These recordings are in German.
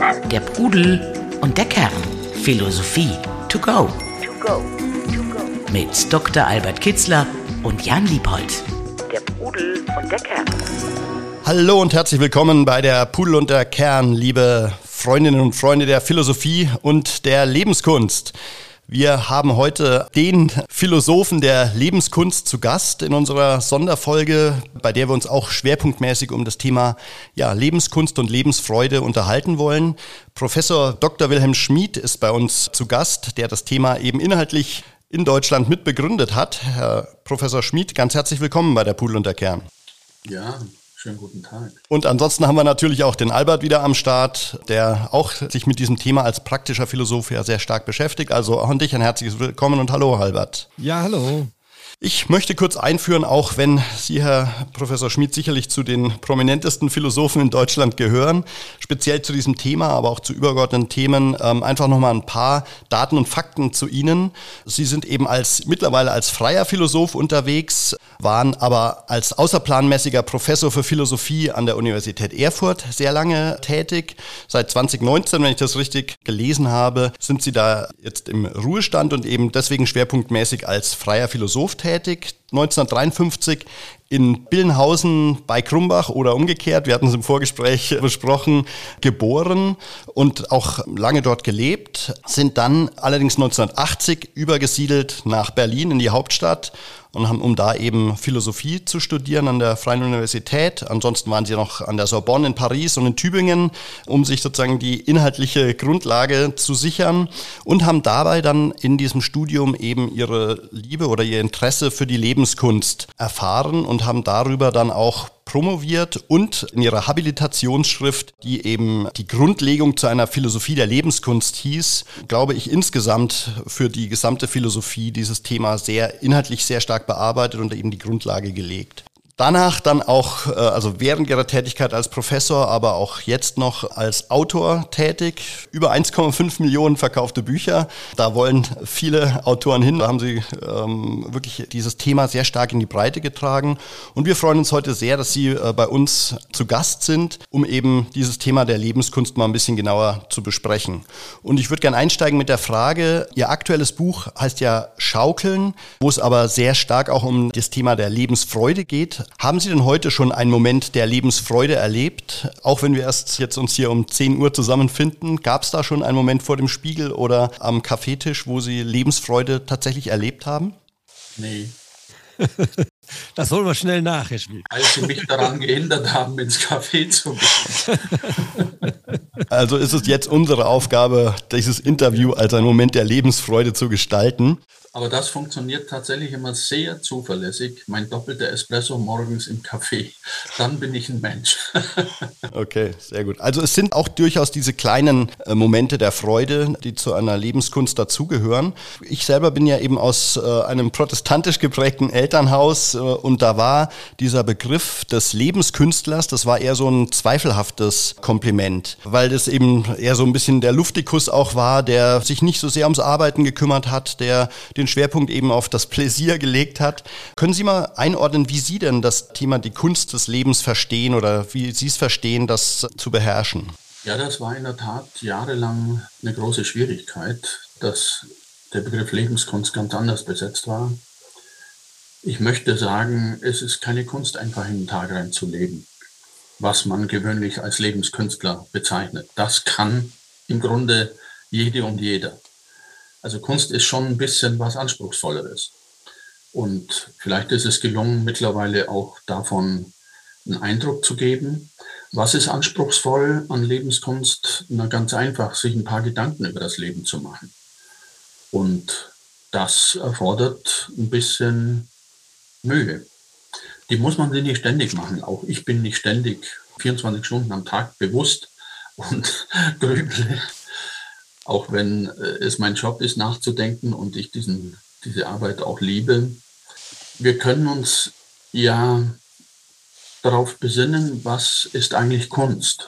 Der Pudel und der Kern. Philosophie to go. Mit Dr. Albert Kitzler und Jan Liebold. Der Pudel und der Kern. Hallo und herzlich willkommen bei der Pudel und der Kern, liebe Freundinnen und Freunde der Philosophie und der Lebenskunst. Wir haben heute den Philosophen der Lebenskunst zu Gast in unserer Sonderfolge, bei der wir uns auch schwerpunktmäßig um das Thema Lebenskunst und Lebensfreude unterhalten wollen. Professor Dr. Wilhelm Schmid ist bei uns zu Gast, der das Thema eben inhaltlich in Deutschland mitbegründet hat. Herr Professor Schmid, ganz herzlich willkommen bei der Pudel und der Kern. Ja, schönen guten Tag. Und ansonsten haben wir natürlich auch den Albert wieder am Start, der auch sich mit diesem Thema als praktischer Philosoph ja sehr stark beschäftigt. Also auch an dich ein herzliches Willkommen und hallo, Albert. Ja, hallo. Ich möchte kurz einführen, auch wenn Sie, Herr Professor Schmid, sicherlich zu den prominentesten Philosophen in Deutschland gehören, speziell zu diesem Thema, aber auch zu übergeordneten Themen, einfach nochmal ein paar Daten und Fakten zu Ihnen. Sie sind eben mittlerweile als freier Philosoph unterwegs, waren aber als außerplanmäßiger Professor für Philosophie an der Universität Erfurt sehr lange tätig. Seit 2019, wenn ich das richtig gelesen habe, sind Sie da jetzt im Ruhestand und eben deswegen schwerpunktmäßig als freier Philosoph tätig. 1953 in Billenhausen bei Krumbach oder umgekehrt, wir hatten es im Vorgespräch besprochen, geboren und auch lange dort gelebt, sind dann allerdings 1980 übergesiedelt nach Berlin in die Hauptstadt und haben, um da eben Philosophie zu studieren an der Freien Universität. Ansonsten waren sie noch an der Sorbonne in Paris und in Tübingen, um sich sozusagen die inhaltliche Grundlage zu sichern und haben dabei dann in diesem Studium eben ihre Liebe oder ihr Interesse für die Lebenskunst erfahren und haben darüber dann auch promoviert und in ihrer Habilitationsschrift, die eben die Grundlegung zu einer Philosophie der Lebenskunst hieß, glaube ich, insgesamt für die gesamte Philosophie dieses Thema inhaltlich sehr stark bearbeitet und eben die Grundlage gelegt. Danach dann auch, also während ihrer Tätigkeit als Professor, aber auch jetzt noch als Autor tätig. Über 1,5 Millionen verkaufte Bücher. Da wollen viele Autoren hin. Da haben sie wirklich dieses Thema sehr stark in die Breite getragen. Und wir freuen uns heute sehr, dass Sie bei uns zu Gast sind, um eben dieses Thema der Lebenskunst mal ein bisschen genauer zu besprechen. Und ich würde gerne einsteigen mit der Frage, Ihr aktuelles Buch heißt ja Schaukeln, wo es aber sehr stark auch um das Thema der Lebensfreude geht. Haben Sie denn heute schon einen Moment der Lebensfreude erlebt? Auch wenn wir erst jetzt uns hier um 10 Uhr zusammenfinden, gab es da schon einen Moment vor dem Spiegel oder am Kaffeetisch, wo Sie Lebensfreude tatsächlich erlebt haben? Nee. Das holen wir schnell nach, Herr Schmid. Als Sie mich daran gehindert haben, ins Café zu gehen. Also ist es jetzt unsere Aufgabe, dieses Interview als einen Moment der Lebensfreude zu gestalten. Aber das funktioniert tatsächlich immer sehr zuverlässig. Mein doppelter Espresso morgens im Café. Dann bin ich ein Mensch. Okay, sehr gut. Also es sind auch durchaus diese kleinen Momente der Freude, die zu einer Lebenskunst dazugehören. Ich selber bin ja eben aus einem protestantisch geprägten Elternhaus und da war dieser Begriff des Lebenskünstlers, das war eher so ein zweifelhaftes Kompliment, weil das eben eher so ein bisschen der Luftikus auch war, der sich nicht so sehr ums Arbeiten gekümmert hat, der den Schwerpunkt eben auf das Pläsier gelegt hat. Können Sie mal einordnen, wie Sie denn das Thema die Kunst des Lebens verstehen oder wie Sie es verstehen, das zu beherrschen? Ja, das war in der Tat jahrelang eine große Schwierigkeit, dass der Begriff Lebenskunst ganz anders besetzt war. Ich möchte sagen, es ist keine Kunst, einfach in den Tag reinzuleben, was man gewöhnlich als Lebenskünstler bezeichnet. Das kann im Grunde jede und jeder. Also Kunst ist schon ein bisschen was Anspruchsvolleres. Und vielleicht ist es gelungen, mittlerweile auch davon einen Eindruck zu geben. Was ist anspruchsvoll an Lebenskunst? Na, ganz einfach, sich ein paar Gedanken über das Leben zu machen. Und das erfordert ein bisschen Mühe. Die muss man sich nicht ständig machen. Auch ich bin nicht ständig 24 Stunden am Tag bewusst und grüble. Auch wenn es mein Job ist, nachzudenken und ich diese Arbeit auch liebe. Wir können uns ja darauf besinnen, was ist eigentlich Kunst?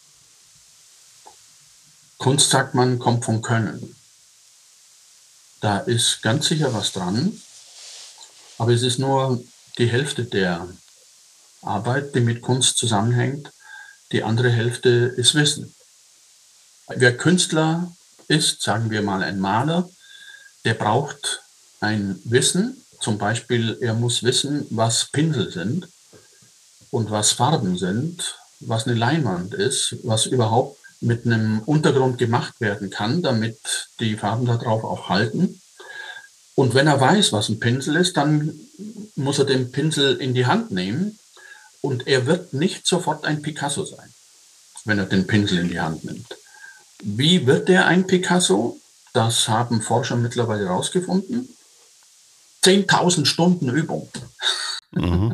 Kunst, sagt man, kommt vom Können. Da ist ganz sicher was dran, aber es ist nur die Hälfte der Arbeit, die mit Kunst zusammenhängt. Die andere Hälfte ist Wissen. Wer Künstler ist, sagen wir mal ein Maler, der braucht ein Wissen. Zum Beispiel, er muss wissen, was Pinsel sind und was Farben sind, was eine Leinwand ist, was überhaupt mit einem Untergrund gemacht werden kann, damit die Farben darauf auch halten. Und wenn er weiß, was ein Pinsel ist, dann muss er den Pinsel in die Hand nehmen und er wird nicht sofort ein Picasso sein, wenn er den Pinsel in die Hand nimmt. Wie wird er ein Picasso? Das haben Forscher mittlerweile herausgefunden. 10.000 Stunden Übung. Mhm.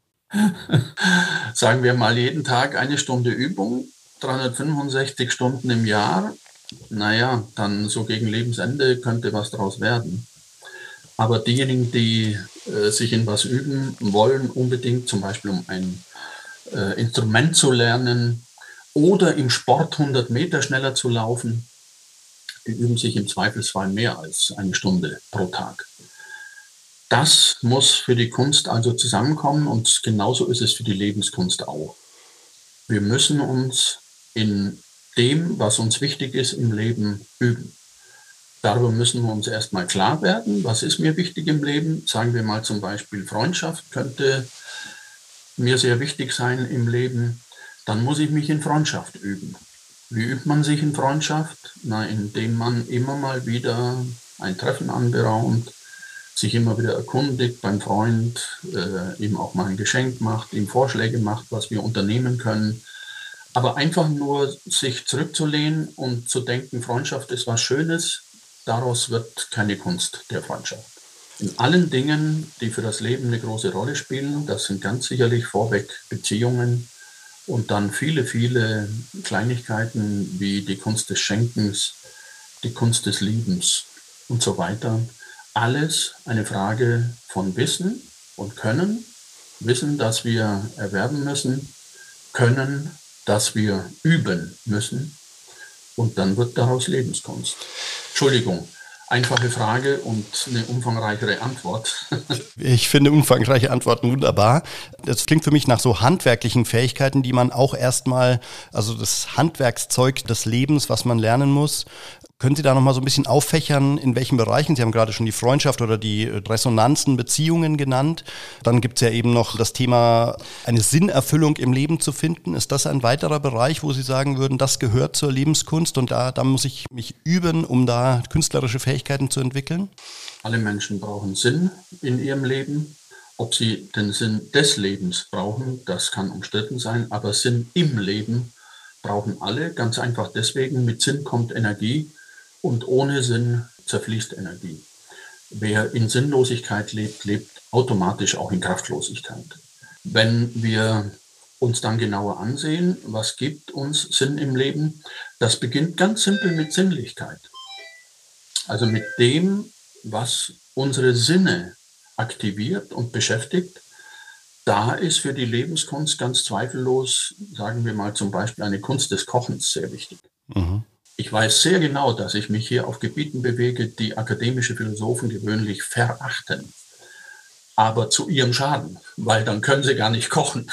Sagen wir mal jeden Tag 1 Stunde Übung, 365 Stunden im Jahr. Naja, dann so gegen Lebensende könnte was daraus werden. Aber diejenigen, die sich in was üben wollen, unbedingt zum Beispiel um ein Instrument zu lernen oder im Sport 100 Meter schneller zu laufen, die üben sich im Zweifelsfall mehr als 1 Stunde pro Tag. Das muss für die Kunst also zusammenkommen und genauso ist es für die Lebenskunst auch. Wir müssen uns in dem, was uns wichtig ist im Leben, üben. Darüber müssen wir uns erstmal klar werden, was ist mir wichtig im Leben. Sagen wir mal zum Beispiel Freundschaft könnte mir sehr wichtig sein im Leben. Dann muss ich mich in Freundschaft üben. Wie übt man sich in Freundschaft? Na, indem man immer mal wieder ein Treffen anberaumt, sich immer wieder erkundigt beim Freund, ihm auch mal ein Geschenk macht, ihm Vorschläge macht, was wir unternehmen können. Aber einfach nur sich zurückzulehnen und zu denken, Freundschaft ist was Schönes, daraus wird keine Kunst der Freundschaft. In allen Dingen, die für das Leben eine große Rolle spielen, das sind ganz sicherlich vorweg Beziehungen und dann viele, viele Kleinigkeiten wie die Kunst des Schenkens, die Kunst des Liebens und so weiter. Alles eine Frage von Wissen und Können. Wissen, das wir erwerben müssen, Können, das wir üben müssen und dann wird daraus Lebenskunst. Entschuldigung, einfache Frage und eine umfangreichere Antwort. Ich finde umfangreiche Antworten wunderbar. Das klingt für mich nach so handwerklichen Fähigkeiten, die man auch erstmal, also das Handwerkszeug des Lebens, was man lernen muss. Können Sie da nochmal so ein bisschen auffächern, in welchen Bereichen? Sie haben gerade schon die Freundschaft oder die Resonanzen, Beziehungen genannt. Dann gibt es ja eben noch das Thema, eine Sinnerfüllung im Leben zu finden. Ist das ein weiterer Bereich, wo Sie sagen würden, das gehört zur Lebenskunst und da muss ich mich üben, um da künstlerische Fähigkeiten zu entwickeln? Alle Menschen brauchen Sinn in ihrem Leben. Ob sie den Sinn des Lebens brauchen, das kann umstritten sein, aber Sinn im Leben brauchen alle. Ganz einfach deswegen, mit Sinn kommt Energie. Und ohne Sinn zerfließt Energie. Wer in Sinnlosigkeit lebt, lebt automatisch auch in Kraftlosigkeit. Wenn wir uns dann genauer ansehen, was gibt uns Sinn im Leben, das beginnt ganz simpel mit Sinnlichkeit. Also mit dem, was unsere Sinne aktiviert und beschäftigt. Da ist für die Lebenskunst ganz zweifellos, sagen wir mal zum Beispiel eine Kunst des Kochens sehr wichtig. Mhm. Ich weiß sehr genau, dass ich mich hier auf Gebieten bewege, die akademische Philosophen gewöhnlich verachten. Aber zu ihrem Schaden, weil dann können sie gar nicht kochen.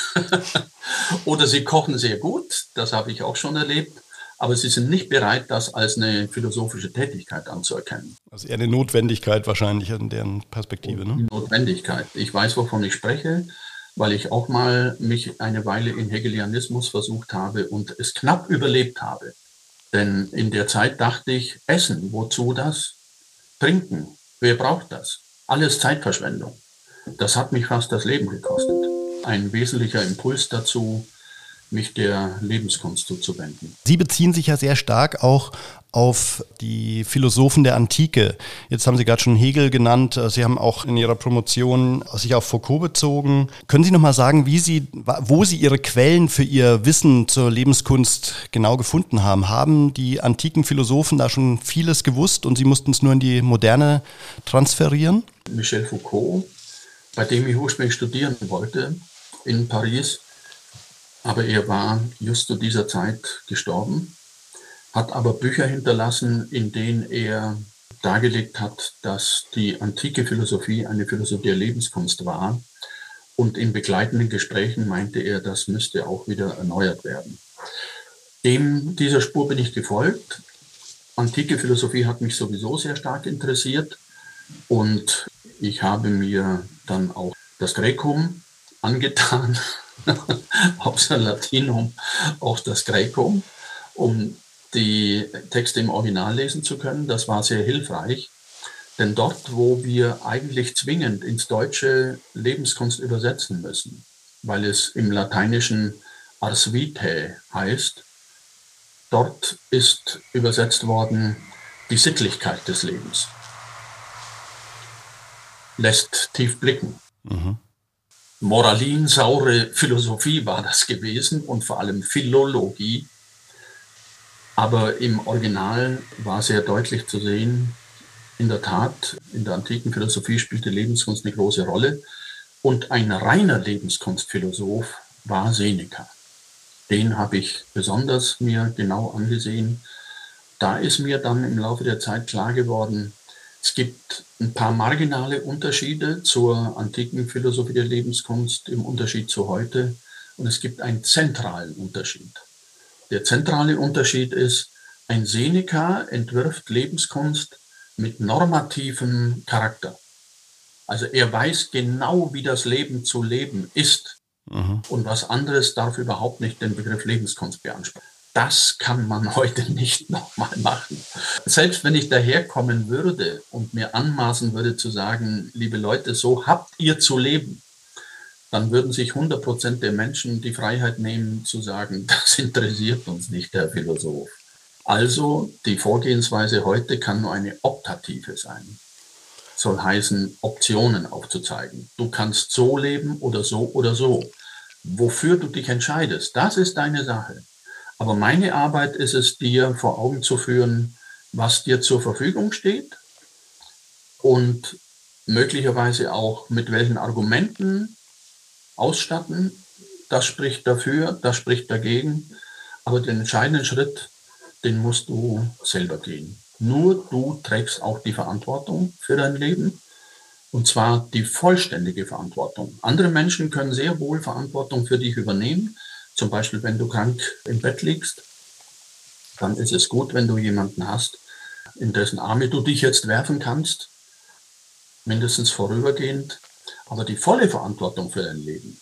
Oder sie kochen sehr gut, das habe ich auch schon erlebt, aber sie sind nicht bereit, das als eine philosophische Tätigkeit anzuerkennen. Also eher eine Notwendigkeit wahrscheinlich in deren Perspektive, ne? Notwendigkeit. Ich weiß, wovon ich spreche, weil ich auch mal mich eine Weile in Hegelianismus versucht habe und es knapp überlebt habe. Denn in der Zeit dachte ich, Essen, wozu das? Trinken, wer braucht das? Alles Zeitverschwendung. Das hat mich fast das Leben gekostet. Ein wesentlicher Impuls dazu, mich der Lebenskunst zuzuwenden. Sie beziehen sich ja sehr stark auch auf die Philosophen der Antike. Jetzt haben Sie gerade schon Hegel genannt. Sie haben auch in Ihrer Promotion sich auf Foucault bezogen. Können Sie noch mal sagen, wo Sie Ihre Quellen für Ihr Wissen zur Lebenskunst genau gefunden haben? Haben die antiken Philosophen da schon vieles gewusst und Sie mussten es nur in die Moderne transferieren? Michel Foucault, bei dem ich ursprünglich studieren wollte, in Paris, aber er war just zu dieser Zeit gestorben, hat aber Bücher hinterlassen, in denen er dargelegt hat, dass die antike Philosophie eine Philosophie der Lebenskunst war. Und in begleitenden Gesprächen meinte er, das müsste auch wieder erneuert werden. Dieser Spur bin ich gefolgt. Antike Philosophie hat mich sowieso sehr stark interessiert und ich habe mir dann auch das Graecum angetan, außer Latinum auch das Graecum, um die Texte im Original lesen zu können. Das war sehr hilfreich, denn dort, wo wir eigentlich zwingend ins Deutsche Lebenskunst übersetzen müssen, weil es im Lateinischen Ars Vitae heißt, dort ist übersetzt worden die Sittlichkeit des Lebens. Lässt tief blicken. Moralinsaure Philosophie war das gewesen und vor allem Philologie. Aber im Original war sehr deutlich zu sehen, in der Tat, in der antiken Philosophie spielte Lebenskunst eine große Rolle. Und ein reiner Lebenskunstphilosoph war Seneca. Den habe ich besonders mir genau angesehen. Da ist mir dann im Laufe der Zeit klar geworden, es gibt ein paar marginale Unterschiede zur antiken Philosophie der Lebenskunst im Unterschied zu heute. Und es gibt einen zentralen Unterschied. Der zentrale Unterschied ist, ein Seneca entwirft Lebenskunst mit normativem Charakter. Also er weiß genau, wie das Leben zu leben ist. Und was anderes darf überhaupt nicht den Begriff Lebenskunst beanspruchen. Das kann man heute nicht nochmal machen. Selbst wenn ich daherkommen würde und mir anmaßen würde zu sagen, liebe Leute, so habt ihr zu leben, dann würden sich 100% der Menschen die Freiheit nehmen zu sagen, das interessiert uns nicht, Herr Philosoph. Also die Vorgehensweise heute kann nur eine optative sein. Soll heißen, Optionen aufzuzeigen. Du kannst so leben oder so oder so. Wofür du dich entscheidest, das ist deine Sache. Aber meine Arbeit ist es, dir vor Augen zu führen, was dir zur Verfügung steht und möglicherweise auch mit welchen Argumenten ausstatten. Das spricht dafür, das spricht dagegen. Aber den entscheidenden Schritt, den musst du selber gehen. Nur du trägst auch die Verantwortung für dein Leben. Und zwar die vollständige Verantwortung. Andere Menschen können sehr wohl Verantwortung für dich übernehmen. Zum Beispiel, wenn du krank im Bett liegst, dann ist es gut, wenn du jemanden hast, in dessen Arme du dich jetzt werfen kannst, mindestens vorübergehend. Aber die volle Verantwortung für dein Leben,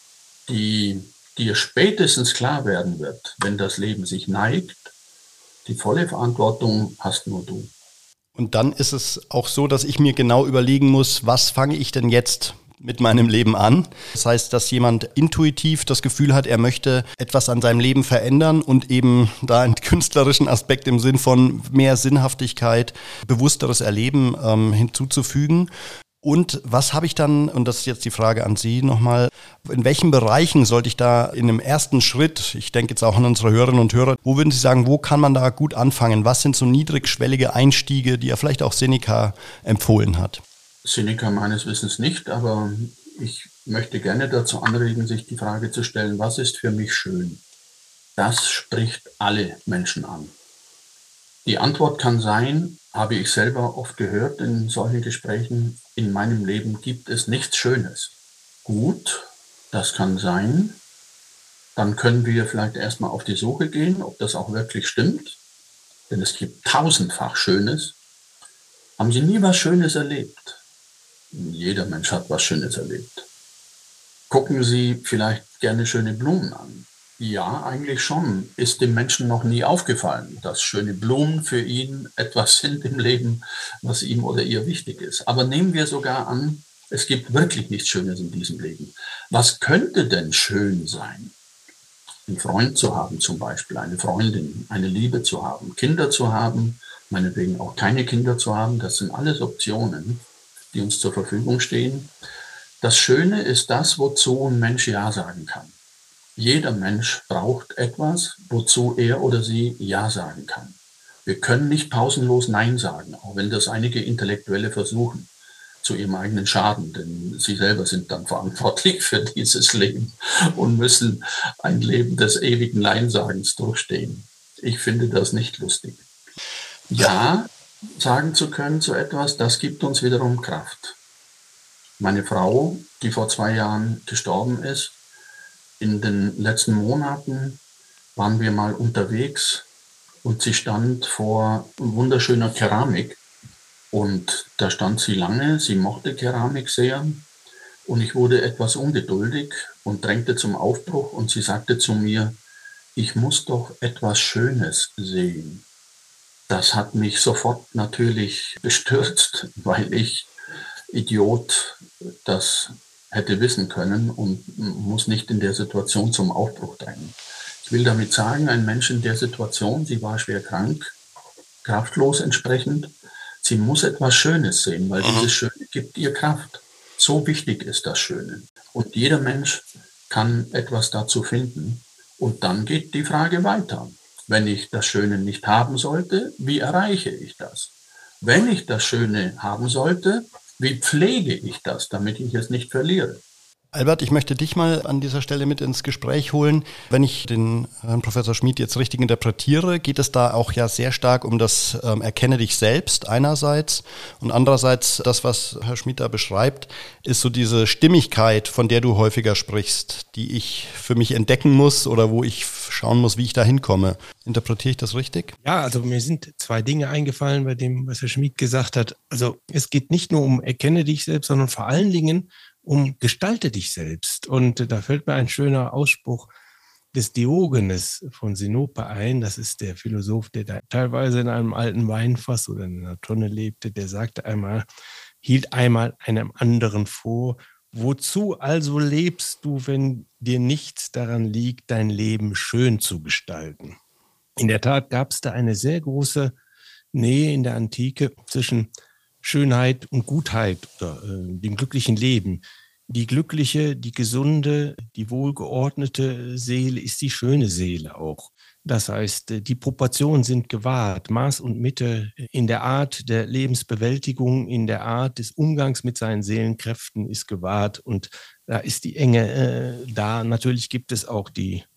die dir spätestens klar werden wird, wenn das Leben sich neigt, die volle Verantwortung hast nur du. Und dann ist es auch so, dass ich mir genau überlegen muss, was fange ich denn jetzt mit meinem Leben an? Das heißt, dass jemand intuitiv das Gefühl hat, er möchte etwas an seinem Leben verändern und eben da einen künstlerischen Aspekt im Sinn von mehr Sinnhaftigkeit, bewussteres Erleben hinzuzufügen. Und was habe ich dann, und das ist jetzt die Frage an Sie nochmal, in welchen Bereichen sollte ich da in einem ersten Schritt, ich denke jetzt auch an unsere Hörerinnen und Hörer, wo würden Sie sagen, wo kann man da gut anfangen? Was sind so niedrigschwellige Einstiege, die ja vielleicht auch Seneca empfohlen hat? Seneca meines Wissens nicht, aber ich möchte gerne dazu anregen, sich die Frage zu stellen, was ist für mich schön? Das spricht alle Menschen an. Die Antwort kann sein, habe ich selber oft gehört in solchen Gesprächen, in meinem Leben gibt es nichts Schönes. Gut, das kann sein. Dann können wir vielleicht erstmal auf die Suche gehen, ob das auch wirklich stimmt. Denn es gibt tausendfach Schönes. Haben Sie nie was Schönes erlebt? Jeder Mensch hat was Schönes erlebt. Gucken Sie vielleicht gerne schöne Blumen an. Ja, eigentlich schon. Ist dem Menschen noch nie aufgefallen, dass schöne Blumen für ihn etwas sind im Leben, was ihm oder ihr wichtig ist. Aber nehmen wir sogar an, es gibt wirklich nichts Schönes in diesem Leben. Was könnte denn schön sein? Einen Freund zu haben zum Beispiel, eine Freundin, eine Liebe zu haben, Kinder zu haben, meinetwegen auch keine Kinder zu haben. Das sind alles Optionen, die uns zur Verfügung stehen. Das Schöne ist das, wozu ein Mensch Ja sagen kann. Jeder Mensch braucht etwas, wozu er oder sie Ja sagen kann. Wir können nicht pausenlos Nein sagen, auch wenn das einige Intellektuelle versuchen, zu ihrem eigenen Schaden, denn sie selber sind dann verantwortlich für dieses Leben und müssen ein Leben des ewigen Nein-Sagens durchstehen. Ich finde das nicht lustig. Ja sagen zu können zu etwas, das gibt uns wiederum Kraft. Meine Frau, die vor 2 Jahren gestorben ist, in den letzten Monaten waren wir mal unterwegs und sie stand vor wunderschöner Keramik. Und da stand sie lange, sie mochte Keramik sehr. Und ich wurde etwas ungeduldig und drängte zum Aufbruch. Und sie sagte zu mir, ich muss doch etwas Schönes sehen. Das hat mich sofort natürlich bestürzt, weil ich, Idiot, das hätte wissen können und muss nicht in der Situation zum Aufbruch drängen. Ich will damit sagen, ein Mensch in der Situation, sie war schwer krank, kraftlos entsprechend, sie muss etwas Schönes sehen, weil dieses Schöne gibt ihr Kraft. So wichtig ist das Schöne. Und jeder Mensch kann etwas dazu finden. Und dann geht die Frage weiter. Wenn ich das Schöne nicht haben sollte, wie erreiche ich das? Wenn ich das Schöne haben sollte, wie pflege ich das, damit ich es nicht verliere? Albert, ich möchte dich mal an dieser Stelle mit ins Gespräch holen. Wenn ich den Herrn Professor Schmid jetzt richtig interpretiere, geht es da auch ja sehr stark um das Erkenne dich selbst einerseits und andererseits das, was Herr Schmid da beschreibt, ist so diese Stimmigkeit, von der du häufiger sprichst, die ich für mich entdecken muss oder wo ich schauen muss, wie ich da hinkomme. Interpretiere ich das richtig? Ja, also mir sind zwei Dinge eingefallen bei dem, was Herr Schmid gesagt hat. Also es geht nicht nur um Erkenne dich selbst, sondern vor allen Dingen um Gestalte dich selbst. Und da fällt mir ein schöner Ausspruch des Diogenes von Sinope ein. Das ist der Philosoph, der da teilweise in einem alten Weinfass oder in einer Tonne lebte. Der sagte einmal, hielt einmal einem anderen vor, wozu also lebst du, wenn dir nichts daran liegt, dein Leben schön zu gestalten? In der Tat gab es da eine sehr große Nähe in der Antike zwischen Schönheit und Gutheit oder dem glücklichen Leben. Die glückliche, die gesunde, die wohlgeordnete Seele ist die schöne Seele auch. Das heißt, die Proportionen sind gewahrt, Maß und Mitte in der Art der Lebensbewältigung, in der Art des Umgangs mit seinen Seelenkräften ist gewahrt und da ist die Enge da. Natürlich gibt es auch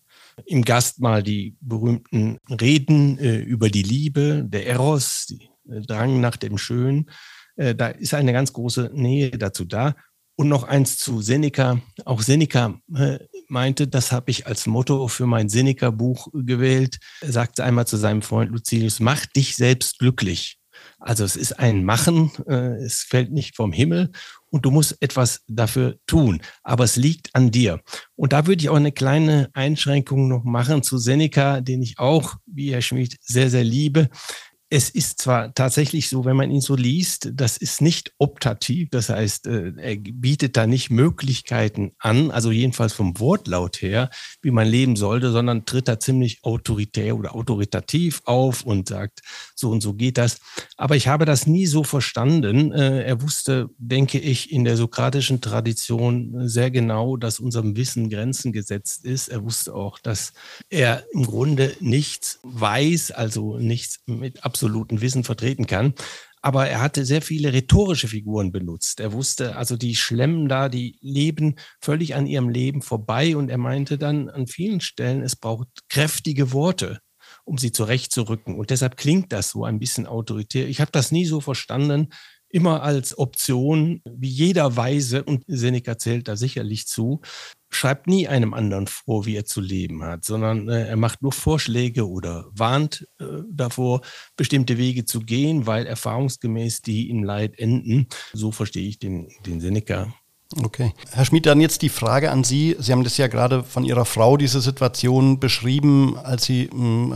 im Gastmahl die berühmten Reden über die Liebe, der Eros, die Drang nach dem Schönen. Da ist eine ganz große Nähe dazu da. Und noch eins zu Seneca. Auch Seneca meinte, das habe ich als Motto für mein Seneca-Buch gewählt. Er sagte einmal zu seinem Freund Lucilius, mach dich selbst glücklich. Also es ist ein Machen, es fällt nicht vom Himmel und du musst etwas dafür tun, aber es liegt an dir. Und da würde ich auch eine kleine Einschränkung noch machen zu Seneca, den ich auch, wie Herr Schmid, sehr, sehr liebe. Es ist zwar tatsächlich so, wenn man ihn so liest, das ist nicht optativ, das heißt, er bietet da nicht Möglichkeiten an, also jedenfalls vom Wortlaut her, wie man leben sollte, sondern tritt da ziemlich autoritär oder autoritativ auf und sagt, so und so geht das. Aber ich habe das nie so verstanden. Er wusste, denke ich, in der sokratischen Tradition sehr genau, dass unserem Wissen Grenzen gesetzt ist. Er wusste auch, dass er im Grunde nichts weiß, also nichts mit absolutem Wissen vertreten kann. Aber er hatte sehr viele rhetorische Figuren benutzt. Er wusste, also die schlemmen da, die leben völlig an ihrem Leben vorbei. Und er meinte dann an vielen Stellen, es braucht kräftige Worte, um sie zurechtzurücken. Und deshalb klingt das so ein bisschen autoritär. Ich habe das nie so verstanden, immer als Option, wie jeder Weise, und Seneca zählt da sicherlich zu, schreibt nie einem anderen vor, wie er zu leben hat, sondern er macht nur Vorschläge oder warnt davor, bestimmte Wege zu gehen, weil erfahrungsgemäß die in Leid enden. So verstehe ich den Seneca. Okay. Herr Schmid, dann jetzt die Frage an Sie. Sie haben das ja gerade von Ihrer Frau, diese Situation beschrieben, als sie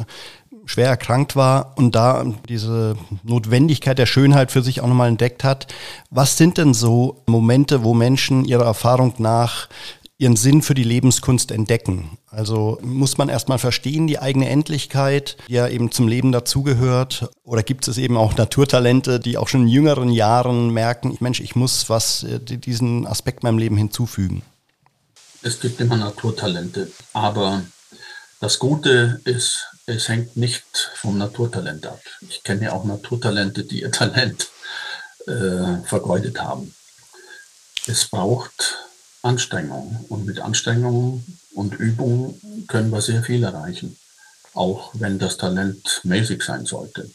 schwer erkrankt war und da diese Notwendigkeit der Schönheit für sich auch nochmal entdeckt hat. Was sind denn so Momente, wo Menschen ihrer Erfahrung nach ihren Sinn für die Lebenskunst entdecken? Also muss man erstmal verstehen, die eigene Endlichkeit, die ja eben zum Leben dazugehört? Oder gibt es eben auch Naturtalente, die auch schon in jüngeren Jahren merken, Mensch, ich muss diesen Aspekt meinem Leben hinzufügen? Es gibt immer Naturtalente, aber das Gute ist, es hängt nicht vom Naturtalent ab. Ich kenne auch Naturtalente, die ihr Talent vergeudet haben. Es braucht Anstrengung und mit Anstrengung und Übung können wir sehr viel erreichen, auch wenn das Talent mäßig sein sollte.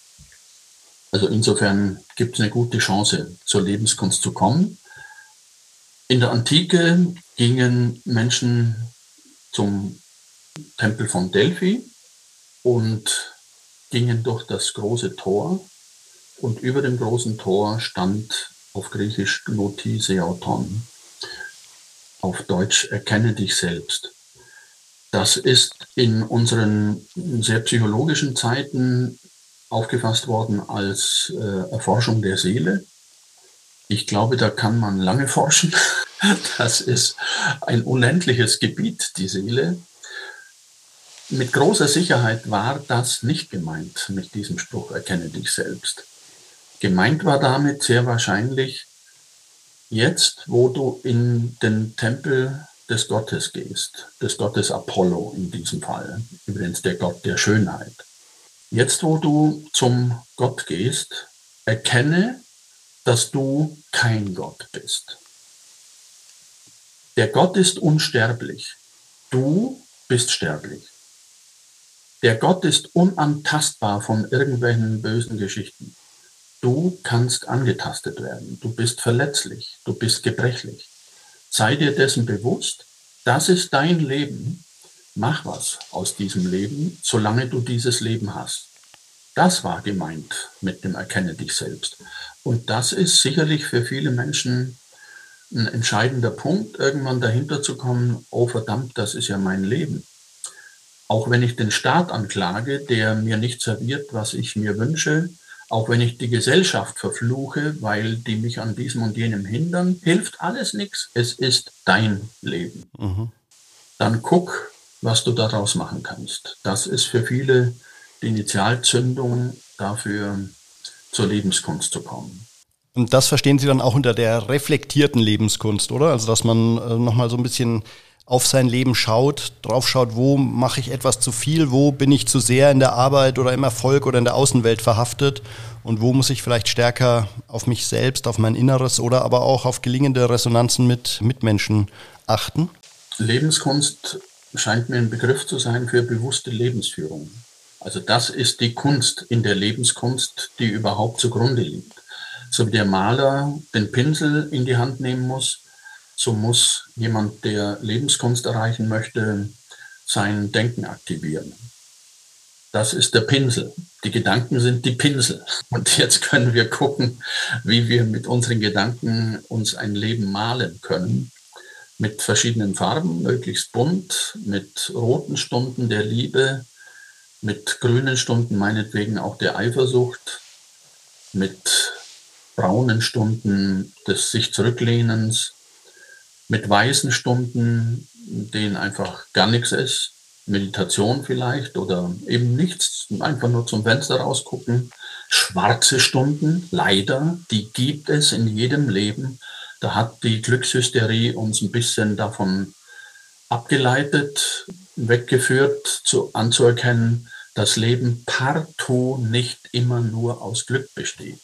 Also insofern gibt es eine gute Chance, zur Lebenskunst zu kommen. In der Antike gingen Menschen zum Tempel von Delphi und gingen durch das große Tor. Und über dem großen Tor stand auf Griechisch Gnotiseauton, auf Deutsch erkenne dich selbst. Das ist in unseren sehr psychologischen Zeiten aufgefasst worden als Erforschung der Seele. Ich glaube, da kann man lange forschen. Das ist ein unendliches Gebiet, die Seele. Mit großer Sicherheit war das nicht gemeint mit diesem Spruch, erkenne dich selbst. Gemeint war damit sehr wahrscheinlich, jetzt, wo du in den Tempel des Gottes gehst, des Gottes Apollo in diesem Fall, übrigens der Gott der Schönheit. Jetzt, wo du zum Gott gehst, erkenne, dass du kein Gott bist. Der Gott ist unsterblich. Du bist sterblich. Der Gott ist unantastbar von irgendwelchen bösen Geschichten. Du kannst angetastet werden. Du bist verletzlich. Du bist gebrechlich. Sei dir dessen bewusst. Das ist dein Leben. Mach was aus diesem Leben, solange du dieses Leben hast. Das war gemeint mit dem Erkenne dich selbst. Und das ist sicherlich für viele Menschen ein entscheidender Punkt, irgendwann dahinter zu kommen, oh verdammt, das ist ja mein Leben. Auch wenn ich den Staat anklage, der mir nicht serviert, was ich mir wünsche, auch wenn ich die Gesellschaft verfluche, weil die mich an diesem und jenem hindern, hilft alles nichts. Es ist dein Leben. Dann guck, was du daraus machen kannst. Das ist für viele die Initialzündung dafür, zur Lebenskunst zu kommen. Und das verstehen Sie dann auch unter der reflektierten Lebenskunst, oder? Also dass man nochmal so ein bisschen auf sein Leben schaut, drauf schaut, wo mache ich etwas zu viel, wo bin ich zu sehr in der Arbeit oder im Erfolg oder in der Außenwelt verhaftet und wo muss ich vielleicht stärker auf mich selbst, auf mein Inneres oder aber auch auf gelingende Resonanzen mit Mitmenschen achten? Lebenskunst scheint mir ein Begriff zu sein für bewusste Lebensführung. Also das ist die Kunst in der Lebenskunst, die überhaupt zugrunde liegt. So wie der Maler den Pinsel in die Hand nehmen muss, so muss jemand, der Lebenskunst erreichen möchte, sein Denken aktivieren. Das ist der Pinsel. Die Gedanken sind die Pinsel. Und jetzt können wir gucken, wie wir mit unseren Gedanken uns ein Leben malen können. Mit verschiedenen Farben, möglichst bunt, mit roten Stunden der Liebe, mit grünen Stunden meinetwegen auch der Eifersucht, mit braunen Stunden des sich Zurücklehnens, mit weißen Stunden, denen einfach gar nichts ist, Meditation vielleicht oder eben nichts, einfach nur zum Fenster rausgucken. Schwarze Stunden, leider, die gibt es in jedem Leben. Da hat die Glückshysterie uns ein bisschen davon abgeleitet, weggeführt, anzuerkennen, dass Leben partout nicht immer nur aus Glück besteht.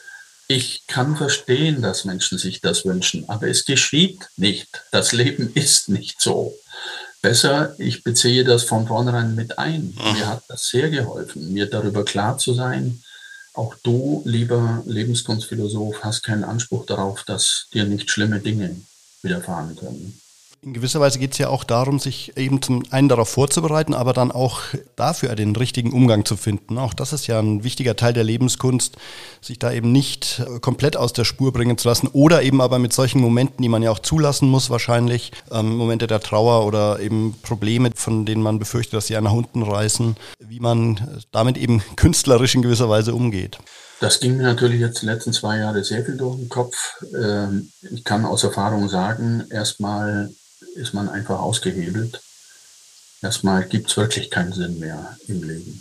Ich kann verstehen, dass Menschen sich das wünschen, aber es geschieht nicht. Das Leben ist nicht so. Besser, ich beziehe das von vornherein mit ein. Mir hat das sehr geholfen, mir darüber klar zu sein, auch du, lieber Lebenskunstphilosoph, hast keinen Anspruch darauf, dass dir nicht schlimme Dinge widerfahren können. In gewisser Weise geht es ja auch darum, sich eben zum einen darauf vorzubereiten, aber dann auch dafür den richtigen Umgang zu finden. Auch das ist ja ein wichtiger Teil der Lebenskunst, sich da eben nicht komplett aus der Spur bringen zu lassen oder eben aber mit solchen Momenten, die man ja auch zulassen muss wahrscheinlich, Momente der Trauer oder eben Probleme, von denen man befürchtet, dass sie einen nach unten reißen, wie man damit eben künstlerisch in gewisser Weise umgeht. Das ging mir natürlich jetzt die letzten 2 Jahre sehr viel durch den Kopf. Ich kann aus Erfahrung sagen, erstmal ist man einfach ausgehebelt. Erstmal gibt es wirklich keinen Sinn mehr im Leben.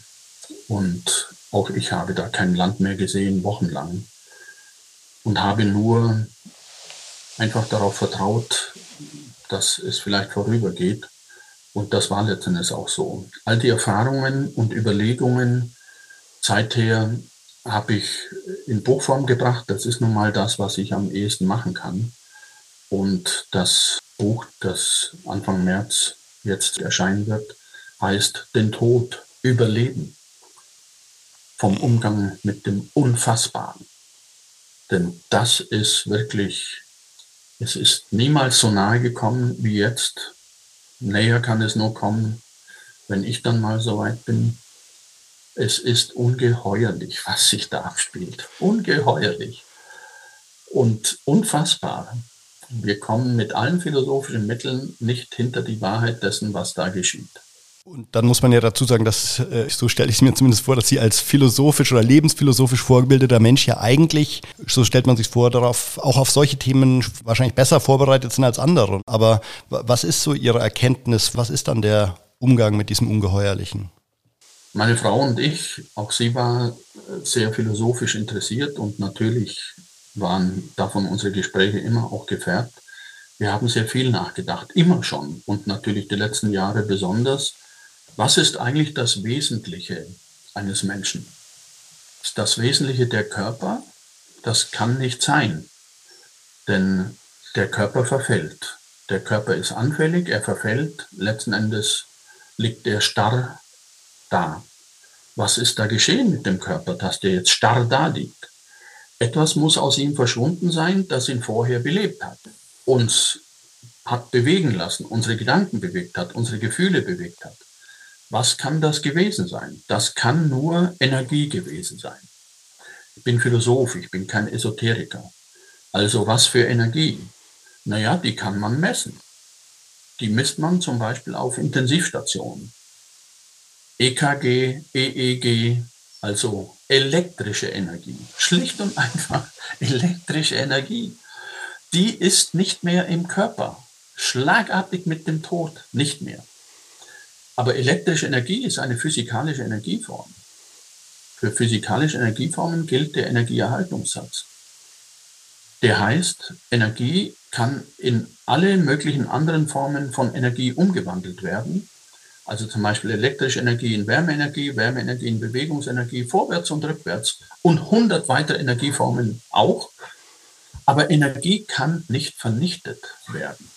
Und auch ich habe da kein Land mehr gesehen, wochenlang. Und habe nur einfach darauf vertraut, dass es vielleicht vorübergeht. Und das war letztendlich auch so. All die Erfahrungen und Überlegungen seither habe ich in Buchform gebracht. Das ist nun mal das, was ich am ehesten machen kann. Und das Buch, das Anfang März jetzt erscheinen wird, heißt Den Tod überleben. Vom Umgang mit dem Unfassbaren. Denn das ist wirklich, es ist niemals so nahe gekommen wie jetzt. Näher kann es nur kommen, wenn ich dann mal so weit bin, es ist ungeheuerlich, was sich da abspielt. Ungeheuerlich und unfassbar. Wir kommen mit allen philosophischen Mitteln nicht hinter die Wahrheit dessen, was da geschieht. Und dann muss man ja dazu sagen, dass, so stelle ich es mir zumindest vor, dass Sie als philosophisch oder lebensphilosophisch vorgebildeter Mensch ja eigentlich, so stellt man sich vor, darauf auch auf solche Themen wahrscheinlich besser vorbereitet sind als andere. Aber was ist so Ihre Erkenntnis? Was ist dann der Umgang mit diesem Ungeheuerlichen? Meine Frau und ich, auch sie war sehr philosophisch interessiert und natürlich waren davon unsere Gespräche immer auch gefärbt. Wir haben sehr viel nachgedacht, immer schon und natürlich die letzten Jahre besonders. Was ist eigentlich das Wesentliche eines Menschen? Ist das Wesentliche der Körper? Das kann nicht sein, denn der Körper verfällt. Der Körper ist anfällig, er verfällt, letzten Endes liegt er starr da. Was ist da geschehen mit dem Körper, dass der jetzt starr da liegt? Etwas muss aus ihm verschwunden sein, das ihn vorher belebt hat, uns hat bewegen lassen, unsere Gedanken bewegt hat, unsere Gefühle bewegt hat. Was kann das gewesen sein? Das kann nur Energie gewesen sein. Ich bin Philosoph, ich bin kein Esoteriker. Also was für Energie? Naja, die kann man messen. Die misst man zum Beispiel auf Intensivstationen. EKG, EEG, also elektrische Energie. Schlicht und einfach elektrische Energie. Die ist nicht mehr im Körper. Schlagartig mit dem Tod nicht mehr. Aber elektrische Energie ist eine physikalische Energieform. Für physikalische Energieformen gilt der Energieerhaltungssatz. Der heißt, Energie kann in alle möglichen anderen Formen von Energie umgewandelt werden. Also zum Beispiel elektrische Energie in Wärmeenergie, Wärmeenergie in Bewegungsenergie, vorwärts und rückwärts und 100 weitere Energieformen auch. Aber Energie kann nicht vernichtet werden.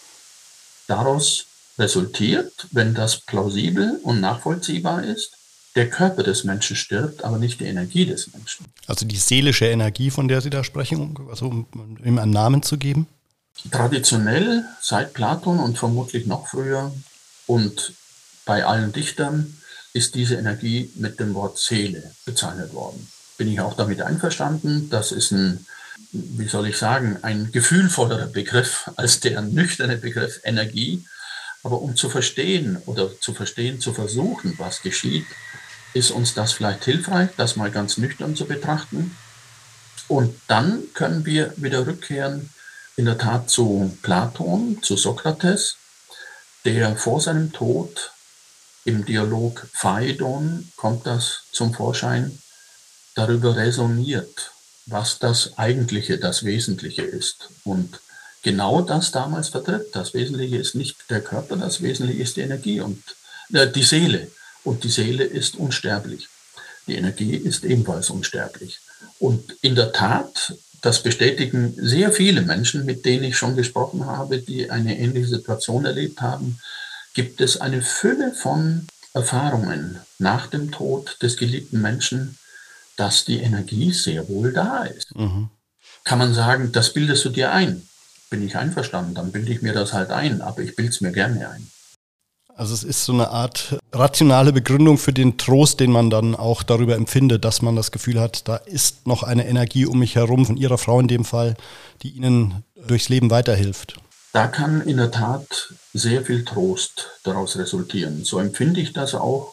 Daraus resultiert, wenn das plausibel und nachvollziehbar ist, der Körper des Menschen stirbt, aber nicht die Energie des Menschen. Also die seelische Energie, von der Sie da sprechen, also um ihm einen Namen zu geben? Traditionell, seit Platon und vermutlich noch früher und bei allen Dichtern, ist diese Energie mit dem Wort Seele bezeichnet worden. Bin ich auch damit einverstanden. Das ist ein, wie soll ich sagen, ein gefühlvollerer Begriff als der nüchterne Begriff Energie. Aber um zu verstehen oder zu versuchen, was geschieht, ist uns das vielleicht hilfreich, das mal ganz nüchtern zu betrachten. Und dann können wir wieder rückkehren in der Tat zu Platon, zu Sokrates, der vor seinem Tod im Dialog Phaidon, kommt das zum Vorschein, darüber resoniert, was das Eigentliche, das Wesentliche ist. Und genau das damals vertritt. Das Wesentliche ist nicht der Körper, das Wesentliche ist die Energie und die Seele. Und die Seele ist unsterblich. Die Energie ist ebenfalls unsterblich. Und in der Tat, das bestätigen sehr viele Menschen, mit denen ich schon gesprochen habe, die eine ähnliche Situation erlebt haben, gibt es eine Fülle von Erfahrungen nach dem Tod des geliebten Menschen, dass die Energie sehr wohl da ist. Mhm. Kann man sagen, das bildest du dir ein? Bin ich einverstanden, dann bilde ich mir das halt ein, aber ich bilde es mir gerne ein. Also es ist so eine Art rationale Begründung für den Trost, den man dann auch darüber empfindet, dass man das Gefühl hat, da ist noch eine Energie um mich herum, von Ihrer Frau in dem Fall, die Ihnen durchs Leben weiterhilft. Da kann in der Tat sehr viel Trost daraus resultieren. So empfinde ich das auch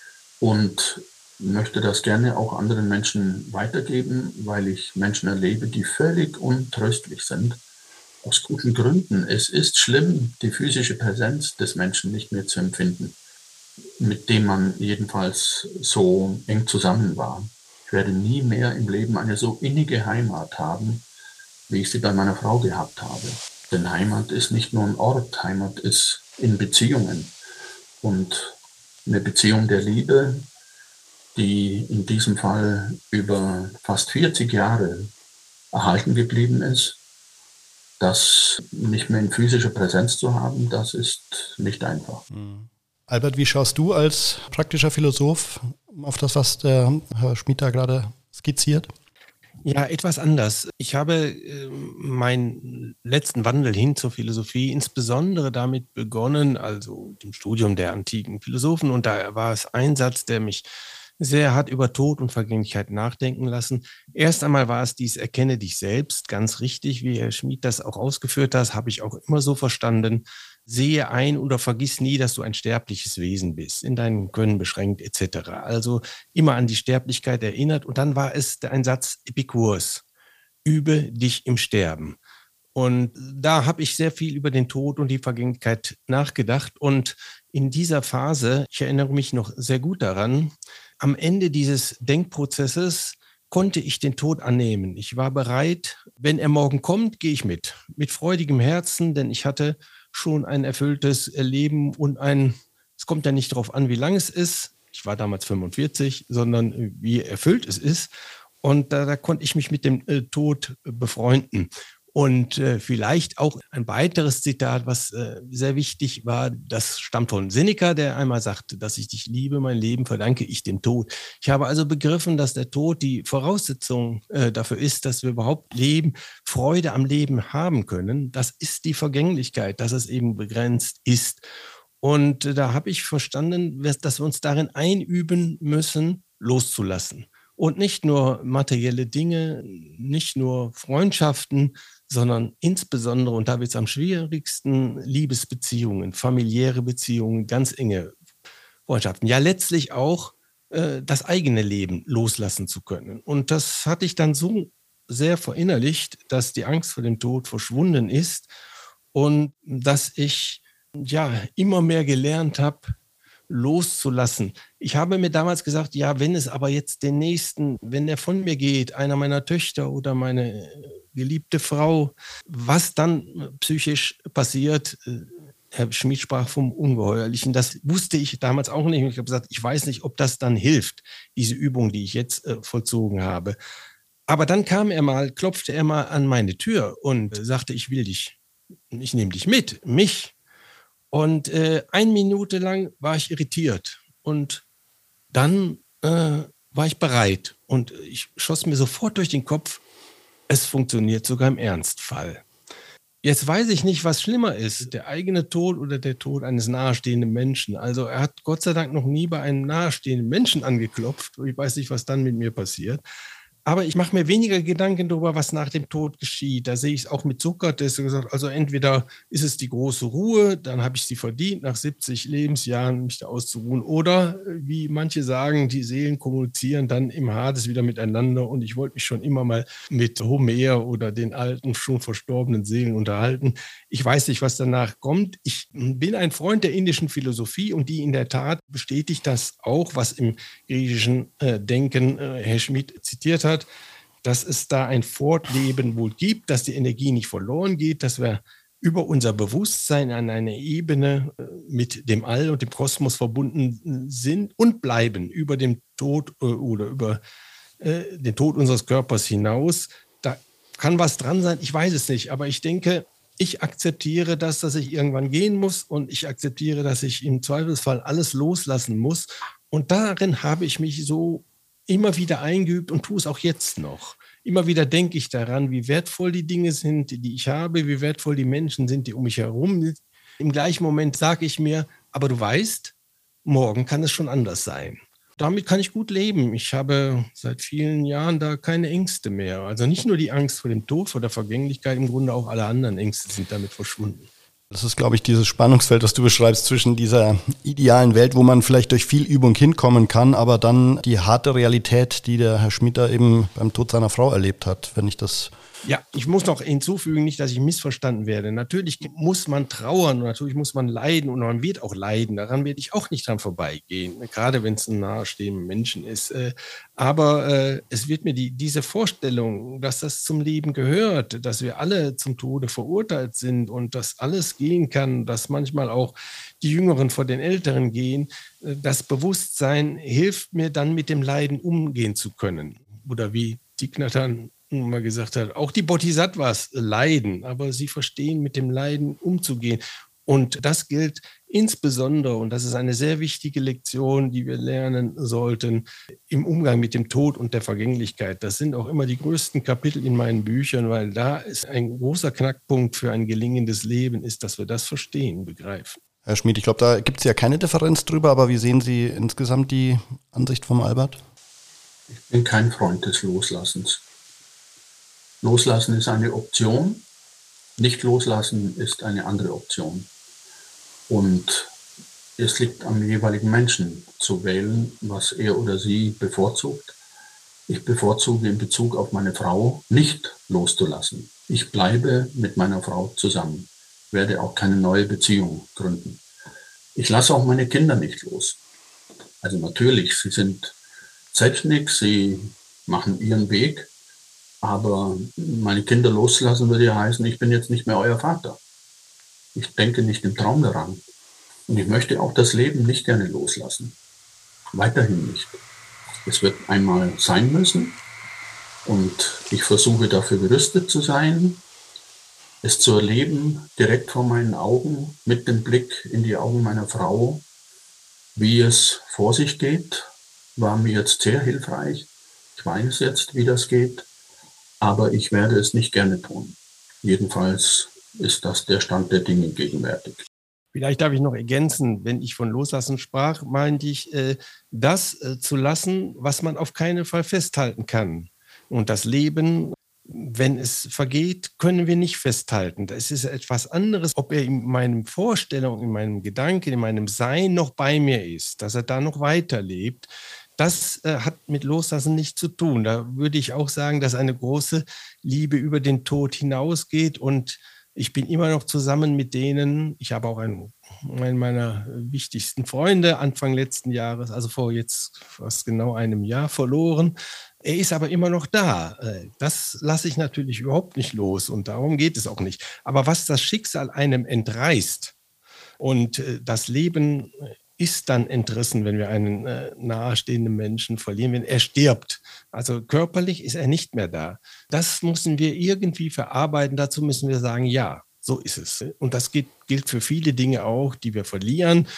und möchte das gerne auch anderen Menschen weitergeben, weil ich Menschen erlebe, die völlig untröstlich sind. Aus guten Gründen. Es ist schlimm, die physische Präsenz des Menschen nicht mehr zu empfinden, mit dem man jedenfalls so eng zusammen war. Ich werde nie mehr im Leben eine so innige Heimat haben, wie ich sie bei meiner Frau gehabt habe. Denn Heimat ist nicht nur ein Ort, Heimat ist in Beziehungen. Und eine Beziehung der Liebe, die in diesem Fall über fast 40 Jahre erhalten geblieben ist, das nicht mehr in physischer Präsenz zu haben, das ist nicht einfach. Albert, wie schaust du als praktischer Philosoph auf das, was der Herr Schmid da gerade skizziert? Ja, etwas anders. Ich habe meinen letzten Wandel hin zur Philosophie insbesondere damit begonnen, also dem Studium der antiken Philosophen. Und da war es ein Satz, der mich sehr hat über Tod und Vergänglichkeit nachdenken lassen. Erst einmal war es dies: Erkenne dich selbst, ganz richtig, wie Herr Schmid das auch ausgeführt hat, habe ich auch immer so verstanden. Sehe ein oder vergiss nie, dass du ein sterbliches Wesen bist, in deinem Können beschränkt etc. Also immer an die Sterblichkeit erinnert. Und dann war es ein Satz Epikurs: Übe dich im Sterben. Und da habe ich sehr viel über den Tod und die Vergänglichkeit nachgedacht. Und in dieser Phase, ich erinnere mich noch sehr gut daran, am Ende dieses Denkprozesses konnte ich den Tod annehmen. Ich war bereit, wenn er morgen kommt, gehe ich mit freudigem Herzen, denn ich hatte schon ein erfülltes Leben und es kommt ja nicht darauf an, wie lang es ist. Ich war damals 45, sondern wie erfüllt es ist. Und da konnte ich mich mit dem Tod befreunden. Und vielleicht auch ein weiteres Zitat, was sehr wichtig war, das stammt von Seneca, der einmal sagte: Dass ich dich liebe, mein Leben, verdanke ich dem Tod. Ich habe also begriffen, dass der Tod die Voraussetzung dafür ist, dass wir überhaupt leben, Freude am Leben haben können. Das ist die Vergänglichkeit, dass es eben begrenzt ist. Und da habe ich verstanden, dass wir uns darin einüben müssen, loszulassen. Und nicht nur materielle Dinge, nicht nur Freundschaften, sondern insbesondere, und da wird es am schwierigsten, Liebesbeziehungen, familiäre Beziehungen, ganz enge Freundschaften. Ja, letztlich auch das eigene Leben loslassen zu können. Und das hatte ich dann so sehr verinnerlicht, dass die Angst vor dem Tod verschwunden ist und dass ich ja immer mehr gelernt habe, loszulassen. Ich habe mir damals gesagt, ja, wenn es aber jetzt den Nächsten, wenn der von mir geht, einer meiner Töchter oder meine geliebte Frau, was dann psychisch passiert? Herr Schmid sprach vom Ungeheuerlichen. Das wusste ich damals auch nicht. Ich habe gesagt, ich weiß nicht, ob das dann hilft, diese Übung, die ich jetzt vollzogen habe. Aber dann klopfte er mal an meine Tür und sagte: Ich will dich, ich nehme dich mit, mich. Und 1 Minute lang war ich irritiert und dann war ich bereit und ich schoss mir sofort durch den Kopf: Es funktioniert sogar im Ernstfall. Jetzt weiß ich nicht, was schlimmer ist, der eigene Tod oder der Tod eines nahestehenden Menschen. Also er hat Gott sei Dank noch nie bei einem nahestehenden Menschen angeklopft. Ich weiß nicht, was dann mit mir passiert. Aber ich mache mir weniger Gedanken darüber, was nach dem Tod geschieht. Da sehe ich es auch mit Sokrates gesagt. Also entweder ist es die große Ruhe, dann habe ich sie verdient, nach 70 Lebensjahren mich da auszuruhen. Oder, wie manche sagen, die Seelen kommunizieren dann im Hades wieder miteinander. Und ich wollte mich schon immer mal mit Homer oder den alten, schon verstorbenen Seelen unterhalten. Ich weiß nicht, was danach kommt. Ich bin ein Freund der indischen Philosophie und die in der Tat bestätigt das auch, was im griechischen Denken Herr Schmid zitiert hat, dass es da ein Fortleben wohl gibt, dass die Energie nicht verloren geht, dass wir über unser Bewusstsein an einer Ebene mit dem All und dem Kosmos verbunden sind und bleiben über den Tod oder über den Tod unseres Körpers hinaus. Da kann was dran sein, ich weiß es nicht, aber ich denke, ich akzeptiere das, dass ich irgendwann gehen muss und ich akzeptiere, dass ich im Zweifelsfall alles loslassen muss. Und darin habe ich mich so immer wieder eingeübt und tue es auch jetzt noch. Immer wieder denke ich daran, wie wertvoll die Dinge sind, die ich habe, wie wertvoll die Menschen sind, die um mich herum sind. Im gleichen Moment sage ich mir: Aber du weißt, morgen kann es schon anders sein. Damit kann ich gut leben. Ich habe seit vielen Jahren da keine Ängste mehr. Also nicht nur die Angst vor dem Tod, vor der Vergänglichkeit, im Grunde auch alle anderen Ängste sind damit verschwunden. Das ist, glaube ich, dieses Spannungsfeld, das du beschreibst, zwischen dieser idealen Welt, wo man vielleicht durch viel Übung hinkommen kann, aber dann die harte Realität, die der Herr Schmid da eben beim Tod seiner Frau erlebt hat, wenn ich das... Ja, ich muss noch hinzufügen, nicht, dass ich missverstanden werde. Natürlich muss man trauern und natürlich muss man leiden und man wird auch leiden. Daran werde ich auch nicht dran vorbeigehen, gerade wenn es ein nahestehender Menschen ist. Aber es wird mir diese Vorstellung, dass das zum Leben gehört, dass wir alle zum Tode verurteilt sind und dass alles gehen kann, dass manchmal auch die Jüngeren vor den Älteren gehen, das Bewusstsein hilft mir dann, mit dem Leiden umgehen zu können. Oder wie Thich Nhat Hanh mal gesagt hat, auch die Bodhisattvas leiden, aber sie verstehen, mit dem Leiden umzugehen. Und das gilt insbesondere, und das ist eine sehr wichtige Lektion, die wir lernen sollten, im Umgang mit dem Tod und der Vergänglichkeit. Das sind auch immer die größten Kapitel in meinen Büchern, weil da ist ein großer Knackpunkt für ein gelingendes Leben, ist, dass wir das verstehen, begreifen. Herr Schmid, ich glaube, da gibt es ja keine Differenz drüber, aber wie sehen Sie insgesamt die Ansicht vom Albert? Ich bin kein Freund des Loslassens. Loslassen ist eine Option, nicht loslassen ist eine andere Option. Und es liegt am jeweiligen Menschen zu wählen, was er oder sie bevorzugt. Ich bevorzuge in Bezug auf meine Frau nicht loszulassen. Ich bleibe mit meiner Frau zusammen, werde auch keine neue Beziehung gründen. Ich lasse auch meine Kinder nicht los. Also natürlich, sie sind selbstständig, sie machen ihren Weg, aber meine Kinder loszulassen würde ja heißen, ich bin jetzt nicht mehr euer Vater. Ich denke nicht im Traum daran. Und ich möchte auch das Leben nicht gerne loslassen. Weiterhin nicht. Es wird einmal sein müssen und ich versuche dafür gerüstet zu sein, es zu erleben, direkt vor meinen Augen, mit dem Blick in die Augen meiner Frau, wie es vor sich geht, war mir jetzt sehr hilfreich. Ich weiß jetzt, wie das geht, aber ich werde es nicht gerne tun. Jedenfalls ist das der Stand der Dinge gegenwärtig. Vielleicht darf ich noch ergänzen, wenn ich von Loslassen sprach, meinte ich, das zu lassen, was man auf keinen Fall festhalten kann. Und das Leben, wenn es vergeht, können wir nicht festhalten. Das ist etwas anderes, ob er in meinen Vorstellungen, in meinem Gedanken, in meinem Sein noch bei mir ist, dass er da noch weiterlebt. Das hat mit Loslassen nichts zu tun. Da würde ich auch sagen, dass eine große Liebe über den Tod hinausgeht und ich bin immer noch zusammen mit denen. Ich habe auch einen meiner wichtigsten Freunde Anfang letzten Jahres, also vor jetzt fast genau einem Jahr, verloren. Er ist aber immer noch da. Das lasse ich natürlich überhaupt nicht los und darum geht es auch nicht. Aber was das Schicksal einem entreißt und das Leben ist dann entrissen, wenn wir einen nahestehenden Menschen verlieren, wenn er stirbt. Also körperlich ist er nicht mehr da. Das müssen wir irgendwie verarbeiten. Dazu müssen wir sagen, ja, so ist es. Und das gilt für viele Dinge auch, die wir verlieren.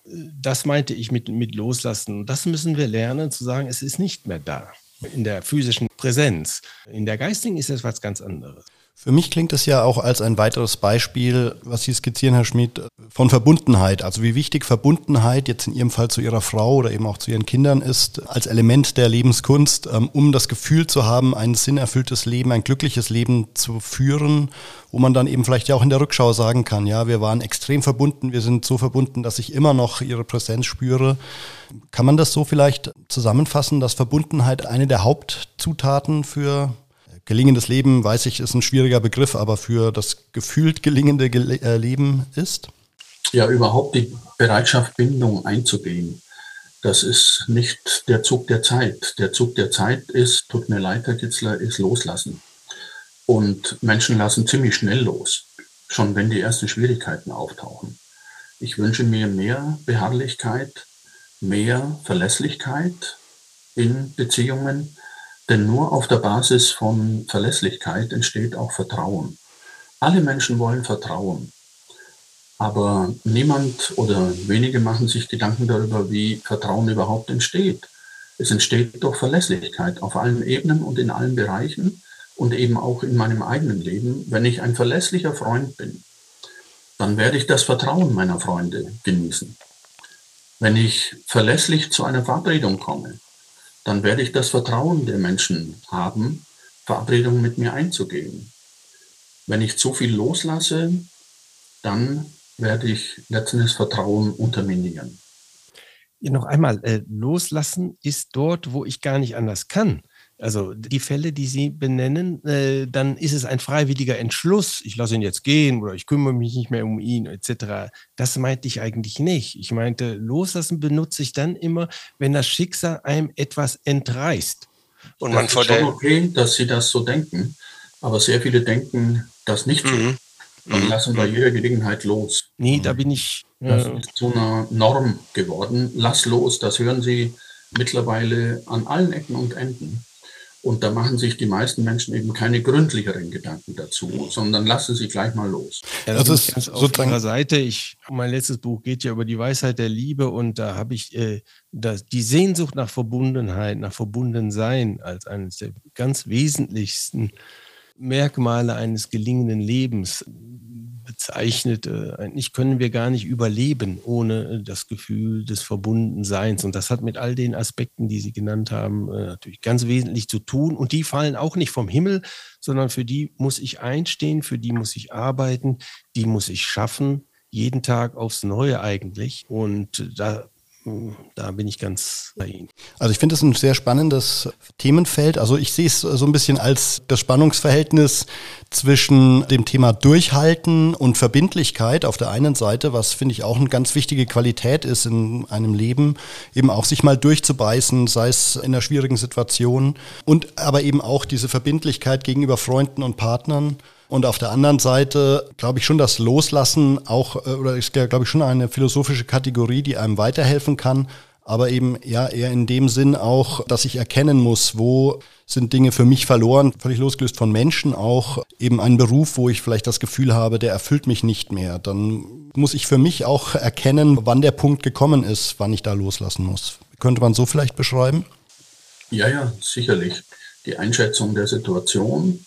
Das meinte ich mit Loslassen. Das müssen wir lernen, zu sagen, es ist nicht mehr da. In der physischen Präsenz. In der geistigen ist es was ganz anderes. Für mich klingt es ja auch als ein weiteres Beispiel, was Sie skizzieren, Herr Schmid, von Verbundenheit. Also wie wichtig Verbundenheit jetzt in Ihrem Fall zu Ihrer Frau oder eben auch zu Ihren Kindern ist, als Element der Lebenskunst, um das Gefühl zu haben, ein sinnerfülltes Leben, ein glückliches Leben zu führen, wo man dann eben vielleicht ja auch in der Rückschau sagen kann, ja, wir waren extrem verbunden, wir sind so verbunden, dass ich immer noch Ihre Präsenz spüre. Kann man das so vielleicht zusammenfassen, dass Verbundenheit eine der Hauptzutaten für gelingendes Leben, weiß ich, ist ein schwieriger Begriff, aber für das gefühlt gelingende Leben ist? Ja, überhaupt die Bereitschaft, Bindung einzugehen. Das ist nicht der Zug der Zeit. Der Zug der Zeit ist, tut mir leid, Herr Kitzler, ist loslassen. Und Menschen lassen ziemlich schnell los, schon wenn die ersten Schwierigkeiten auftauchen. Ich wünsche mir mehr Beharrlichkeit, mehr Verlässlichkeit in Beziehungen, denn nur auf der Basis von Verlässlichkeit entsteht auch Vertrauen. Alle Menschen wollen Vertrauen, aber niemand oder wenige machen sich Gedanken darüber, wie Vertrauen überhaupt entsteht. Es entsteht durch Verlässlichkeit auf allen Ebenen und in allen Bereichen und eben auch in meinem eigenen Leben. Wenn ich ein verlässlicher Freund bin, dann werde ich das Vertrauen meiner Freunde genießen. Wenn ich verlässlich zu einer Verabredung komme, dann werde ich das Vertrauen der Menschen haben, Verabredungen mit mir einzugehen. Wenn ich zu viel loslasse, dann werde ich letztendlich Vertrauen unterminieren. Noch einmal, loslassen ist dort, wo ich gar nicht anders kann. Also die Fälle, die Sie benennen, dann ist es ein freiwilliger Entschluss, ich lasse ihn jetzt gehen oder ich kümmere mich nicht mehr um ihn etc. Das meinte ich eigentlich nicht. Ich meinte, loslassen benutze ich dann immer, wenn das Schicksal einem etwas entreißt. Und man vor der okay, dass Sie das so denken, aber sehr viele denken das nicht so. Und lassen bei jeder Gelegenheit los. Nee, da bin ich... Das ist zu einer Norm geworden. Lass los, das hören Sie mittlerweile an allen Ecken und Enden. Und da machen sich die meisten Menschen eben keine gründlicheren Gedanken dazu, sondern lassen sie gleich mal los. Ja, das ist ganz auf Ihrer Seite. Mein letztes Buch geht ja über die Weisheit der Liebe und da habe ich die Sehnsucht nach Verbundenheit, nach Verbundensein als eines der ganz wesentlichsten Merkmale eines gelingenden Lebens bezeichnet. Eigentlich können wir gar nicht überleben ohne das Gefühl des Verbundenseins. Und das hat mit all den Aspekten, die Sie genannt haben, natürlich ganz wesentlich zu tun. Und die fallen auch nicht vom Himmel, sondern für die muss ich einstehen, für die muss ich arbeiten, die muss ich schaffen, jeden Tag aufs Neue eigentlich. Und da bin ich ganz bei Ihnen. Also ich finde es ein sehr spannendes Themenfeld. Also ich sehe es so ein bisschen als das Spannungsverhältnis zwischen dem Thema Durchhalten und Verbindlichkeit auf der einen Seite, was finde ich auch eine ganz wichtige Qualität ist in einem Leben, eben auch sich mal durchzubeißen, sei es in einer schwierigen Situation und aber eben auch diese Verbindlichkeit gegenüber Freunden und Partnern. Und auf der anderen Seite glaube ich schon, das Loslassen auch, oder ist glaube ich schon eine philosophische Kategorie, die einem weiterhelfen kann, aber eben ja eher in dem Sinn auch, dass ich erkennen muss, wo sind Dinge für mich verloren, völlig losgelöst von Menschen auch, eben einen Beruf, wo ich vielleicht das Gefühl habe, der erfüllt mich nicht mehr. Dann muss ich für mich auch erkennen, wann der Punkt gekommen ist, wann ich da loslassen muss. Könnte man so vielleicht beschreiben? Ja, sicherlich. Die Einschätzung der Situation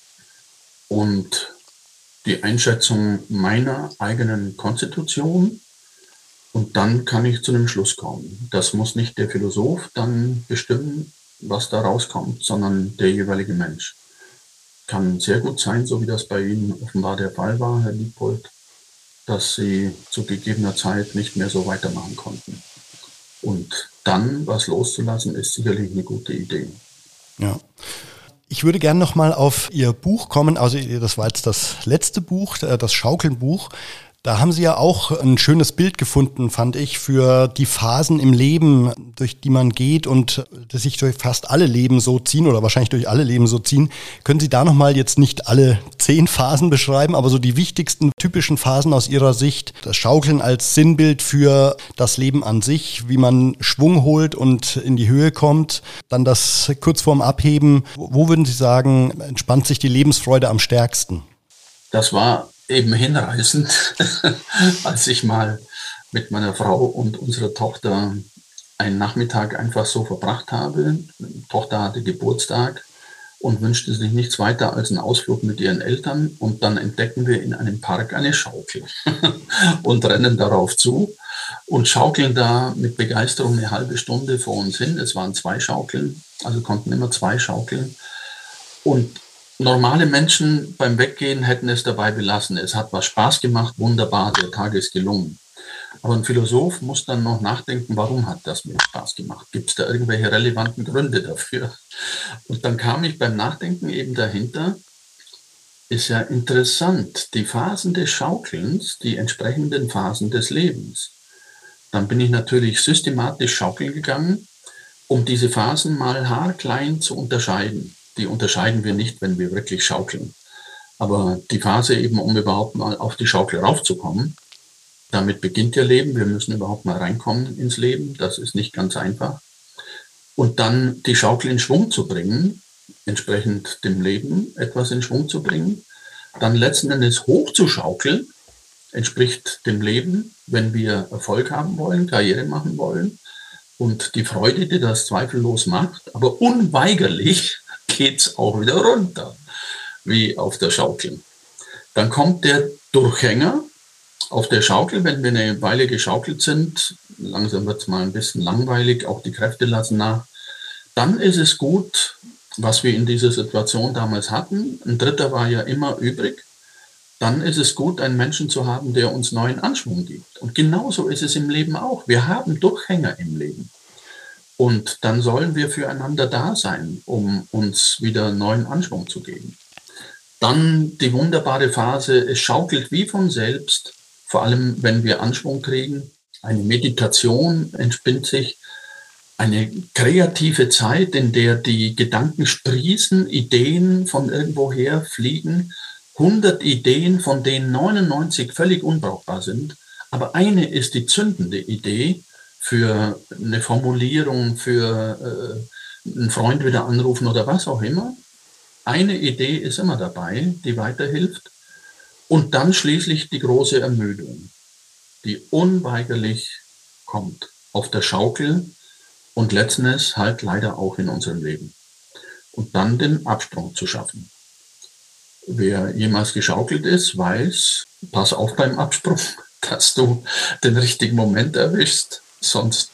und die Einschätzung meiner eigenen Konstitution und dann kann ich zu einem Schluss kommen. Das muss nicht der Philosoph dann bestimmen, was da rauskommt, sondern der jeweilige Mensch. Kann sehr gut sein, so wie das bei Ihnen offenbar der Fall war, Herr Liebhold, dass Sie zu gegebener Zeit nicht mehr so weitermachen konnten. Und dann was loszulassen, ist sicherlich eine gute Idee. Ja. Ich würde gerne nochmal auf Ihr Buch kommen, also das war jetzt das letzte Buch, das Schaukeln-Buch. Da haben Sie ja auch ein schönes Bild gefunden, fand ich, für die Phasen im Leben, durch die man geht und die sich durch fast alle Leben so ziehen oder wahrscheinlich durch alle Leben so ziehen. Können Sie da nochmal jetzt nicht alle 10 Phasen beschreiben, aber so die wichtigsten typischen Phasen aus Ihrer Sicht? Das Schaukeln als Sinnbild für das Leben an sich, wie man Schwung holt und in die Höhe kommt. Dann das kurz vorm Abheben. Wo würden Sie sagen, entspannt sich die Lebensfreude am stärksten? Das war eben hinreißend, als ich mal mit meiner Frau und unserer Tochter einen Nachmittag einfach so verbracht habe. Die Tochter hatte Geburtstag und wünschte sich nichts weiter als einen Ausflug mit ihren Eltern. Und dann entdecken wir in einem Park eine Schaukel und rennen darauf zu und schaukeln da mit Begeisterung eine halbe Stunde vor uns hin. Es waren 2 Schaukeln, also konnten immer 2 schaukeln. Und normale Menschen beim Weggehen hätten es dabei belassen. Es hat was Spaß gemacht, wunderbar, der Tag ist gelungen. Aber ein Philosoph muss dann noch nachdenken, warum hat das mir Spaß gemacht? Gibt es da irgendwelche relevanten Gründe dafür? Und dann kam ich beim Nachdenken eben dahinter, ist ja interessant, die Phasen des Schaukelns, die entsprechenden Phasen des Lebens. Dann bin ich natürlich systematisch schaukeln gegangen, um diese Phasen mal haarklein zu unterscheiden. Die unterscheiden wir nicht, wenn wir wirklich schaukeln. Aber die Phase eben, um überhaupt mal auf die Schaukel raufzukommen, damit beginnt Ihr Leben. Wir müssen überhaupt mal reinkommen ins Leben. Das ist nicht ganz einfach. Und dann die Schaukel in Schwung zu bringen, entsprechend dem Leben etwas in Schwung zu bringen. Dann letzten Endes hochzuschaukeln, entspricht dem Leben, wenn wir Erfolg haben wollen, Karriere machen wollen. Und die Freude, die das zweifellos macht, aber unweigerlich geht es auch wieder runter, wie auf der Schaukel. Dann kommt der Durchhänger auf der Schaukel, wenn wir eine Weile geschaukelt sind. Langsam wird es mal ein bisschen langweilig, auch die Kräfte lassen nach. Dann ist es gut, was wir in dieser Situation damals hatten. Ein Dritter war ja immer übrig. Dann ist es gut, einen Menschen zu haben, der uns neuen Anschwung gibt. Und genauso ist es im Leben auch. Wir haben Durchhänger im Leben. Und dann sollen wir füreinander da sein, um uns wieder neuen Anschwung zu geben. Dann die wunderbare Phase, es schaukelt wie von selbst, vor allem wenn wir Anschwung kriegen. Eine Meditation entspinnt sich, eine kreative Zeit, in der die Gedanken sprießen, Ideen von irgendwoher fliegen, 100 Ideen, von denen 99 völlig unbrauchbar sind, aber eine ist die zündende Idee, für eine Formulierung, für einen Freund wieder anrufen oder was auch immer. Eine Idee ist immer dabei, die weiterhilft. Und dann schließlich die große Ermüdung, die unweigerlich kommt auf der Schaukel und letztendlich halt leider auch in unserem Leben. Und dann den Absprung zu schaffen. Wer jemals geschaukelt ist, weiß, pass auf beim Absprung, dass du den richtigen Moment erwischst, sonst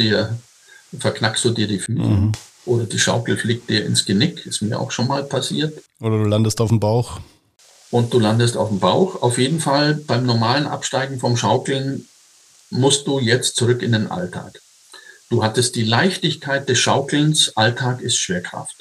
verknackst du dir die Füße oder die Schaukel fliegt dir ins Genick, ist mir auch schon mal passiert. Oder du landest auf dem Bauch. Und du landest auf dem Bauch. Auf jeden Fall beim normalen Absteigen vom Schaukeln musst du jetzt zurück in den Alltag. Du hattest die Leichtigkeit des Schaukelns, Alltag ist Schwerkraft.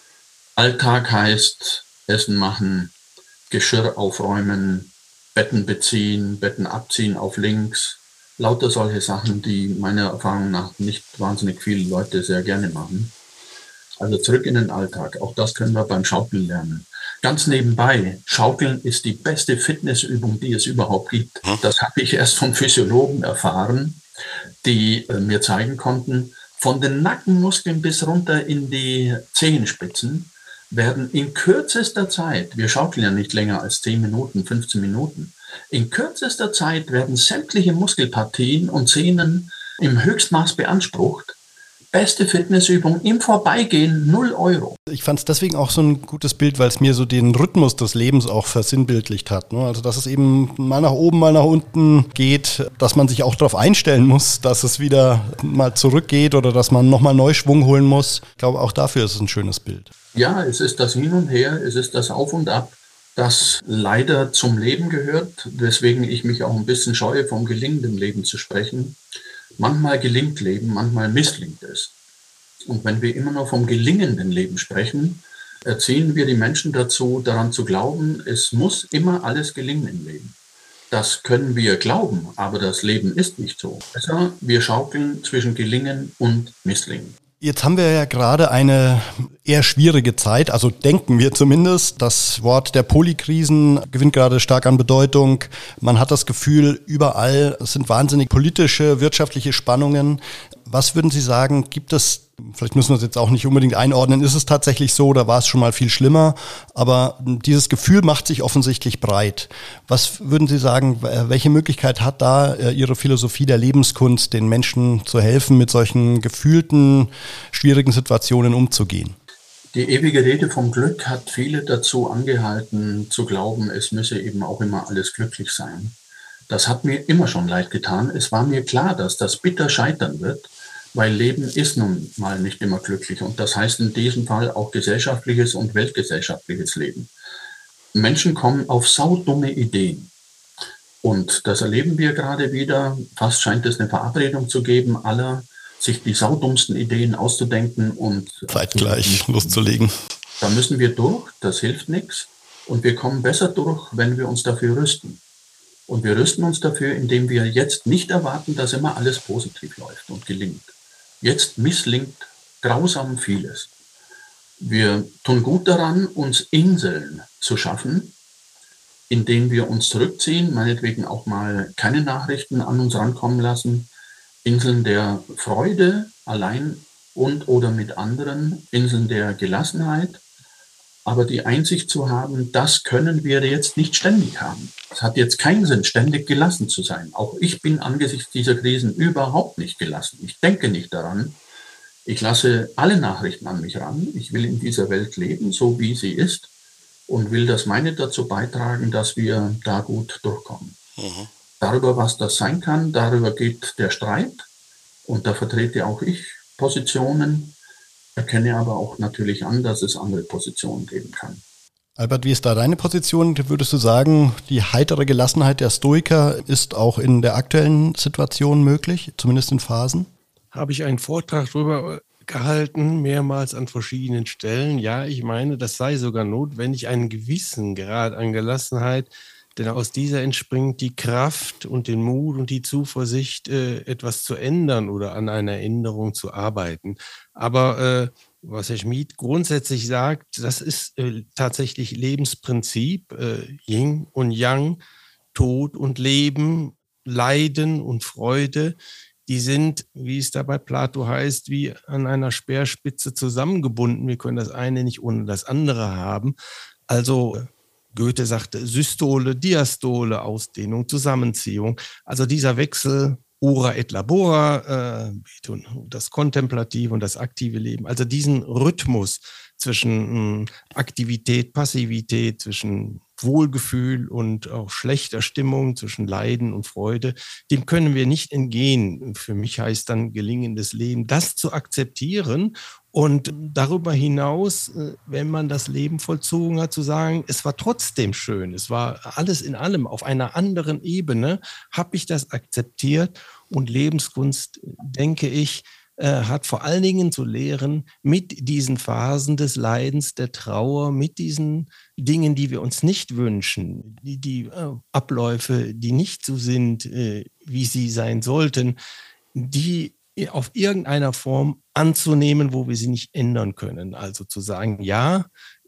Alltag heißt Essen machen, Geschirr aufräumen, Betten beziehen, Betten abziehen auf links. Lauter solche Sachen, die meiner Erfahrung nach nicht wahnsinnig viele Leute sehr gerne machen. Also zurück in den Alltag. Auch das können wir beim Schaukeln lernen. Ganz nebenbei, Schaukeln ist die beste Fitnessübung, die es überhaupt gibt. Das habe ich erst von Physiologen erfahren, die mir zeigen konnten, von den Nackenmuskeln bis runter in die Zehenspitzen werden in kürzester Zeit, wir schaukeln ja nicht länger als 10 Minuten, 15 Minuten, in kürzester Zeit werden sämtliche Muskelpartien und Sehnen im Höchstmaß beansprucht. Beste Fitnessübung im Vorbeigehen, 0 Euro. Ich fand es deswegen auch so ein gutes Bild, weil es mir so den Rhythmus des Lebens auch versinnbildlicht hat. Ne? Also dass es eben mal nach oben, mal nach unten geht, dass man sich auch darauf einstellen muss, dass es wieder mal zurückgeht oder dass man nochmal Neuschwung holen muss. Ich glaube, auch dafür ist es ein schönes Bild. Ja, es ist das Hin und Her, es ist das Auf und Ab, das leider zum Leben gehört, weswegen ich mich auch ein bisschen scheue, vom gelingenden Leben zu sprechen. Manchmal gelingt Leben, manchmal misslingt es. Und wenn wir immer noch vom gelingenden Leben sprechen, erziehen wir die Menschen dazu, daran zu glauben, es muss immer alles gelingen im Leben. Das können wir glauben, aber das Leben ist nicht so. Also wir schaukeln zwischen Gelingen und Misslingen. Jetzt haben wir ja gerade eine eher schwierige Zeit, also denken wir zumindest. Das Wort der Polykrisen gewinnt gerade stark an Bedeutung. Man hat das Gefühl, überall sind wahnsinnig politische, wirtschaftliche Spannungen. Was würden Sie sagen, gibt es, vielleicht müssen wir es jetzt auch nicht unbedingt einordnen, ist es tatsächlich so oder war es schon mal viel schlimmer? Aber dieses Gefühl macht sich offensichtlich breit. Was würden Sie sagen, welche Möglichkeit hat da Ihre Philosophie der Lebenskunst, den Menschen zu helfen, mit solchen gefühlten, schwierigen Situationen umzugehen? Die ewige Rede vom Glück hat viele dazu angehalten, zu glauben, es müsse eben auch immer alles glücklich sein. Das hat mir immer schon leid getan. Es war mir klar, dass das bitter scheitern wird, weil Leben ist nun mal nicht immer glücklich. Und das heißt in diesem Fall auch gesellschaftliches und weltgesellschaftliches Leben. Menschen kommen auf saudumme Ideen. Und das erleben wir gerade wieder. Fast scheint es eine Verabredung zu geben, aller sich die saudummsten Ideen auszudenken und zeitgleich loszulegen. Da müssen wir durch, das hilft nichts. Und wir kommen besser durch, wenn wir uns dafür rüsten. Und wir rüsten uns dafür, indem wir jetzt nicht erwarten, dass immer alles positiv läuft und gelingt. Jetzt misslingt grausam vieles. Wir tun gut daran, uns Inseln zu schaffen, in denen wir uns zurückziehen, meinetwegen auch mal keine Nachrichten an uns rankommen lassen. Inseln der Freude, allein und oder mit anderen, Inseln der Gelassenheit. Aber die Einsicht zu haben, das können wir jetzt nicht ständig haben. Es hat jetzt keinen Sinn, ständig gelassen zu sein. Auch ich bin angesichts dieser Krisen überhaupt nicht gelassen. Ich denke nicht daran. Ich lasse alle Nachrichten an mich ran. Ich will in dieser Welt leben, so wie sie ist, und will das meine dazu beitragen, dass wir da gut durchkommen. Darüber, was das sein kann, darüber geht der Streit. Und da vertrete auch ich Positionen, erkenne aber auch natürlich an, dass es andere Positionen geben kann. Albert, wie ist da deine Position? Würdest du sagen, die heitere Gelassenheit der Stoiker ist auch in der aktuellen Situation möglich, zumindest in Phasen? Habe ich einen Vortrag darüber gehalten, mehrmals an verschiedenen Stellen. Ja, ich meine, das sei sogar notwendig, einen gewissen Grad an Gelassenheit, denn aus dieser entspringt die Kraft und den Mut und die Zuversicht, etwas zu ändern oder an einer Änderung zu arbeiten. Aber was Herr Schmid grundsätzlich sagt, das ist tatsächlich Lebensprinzip, Yin und Yang, Tod und Leben, Leiden und Freude. die sind, wie es da bei Plato heißt, wie an einer Speerspitze zusammengebunden. Wir können das eine nicht ohne das andere haben. Also Goethe sagte Systole, Diastole, Ausdehnung, Zusammenziehung. Also dieser Wechsel, ora et labora, das kontemplative und das aktive Leben. Also diesen Rhythmus zwischen Aktivität, Passivität, zwischen Wohlgefühl und auch schlechter Stimmung, zwischen Leiden und Freude, dem können wir nicht entgehen. Für mich heißt dann gelingendes Leben, das zu akzeptieren und darüber hinaus, wenn man das Leben vollzogen hat, zu sagen, es war trotzdem schön, es war alles in allem auf einer anderen Ebene, habe ich das akzeptiert. Und Lebenskunst, denke ich, hat vor allen Dingen zu lehren mit diesen Phasen des Leidens, der Trauer, mit diesen Dingen, die wir uns nicht wünschen, die Abläufe, die nicht so sind, wie sie sein sollten, die auf irgendeiner Form anzunehmen, wo wir sie nicht ändern können. Also zu sagen, ja,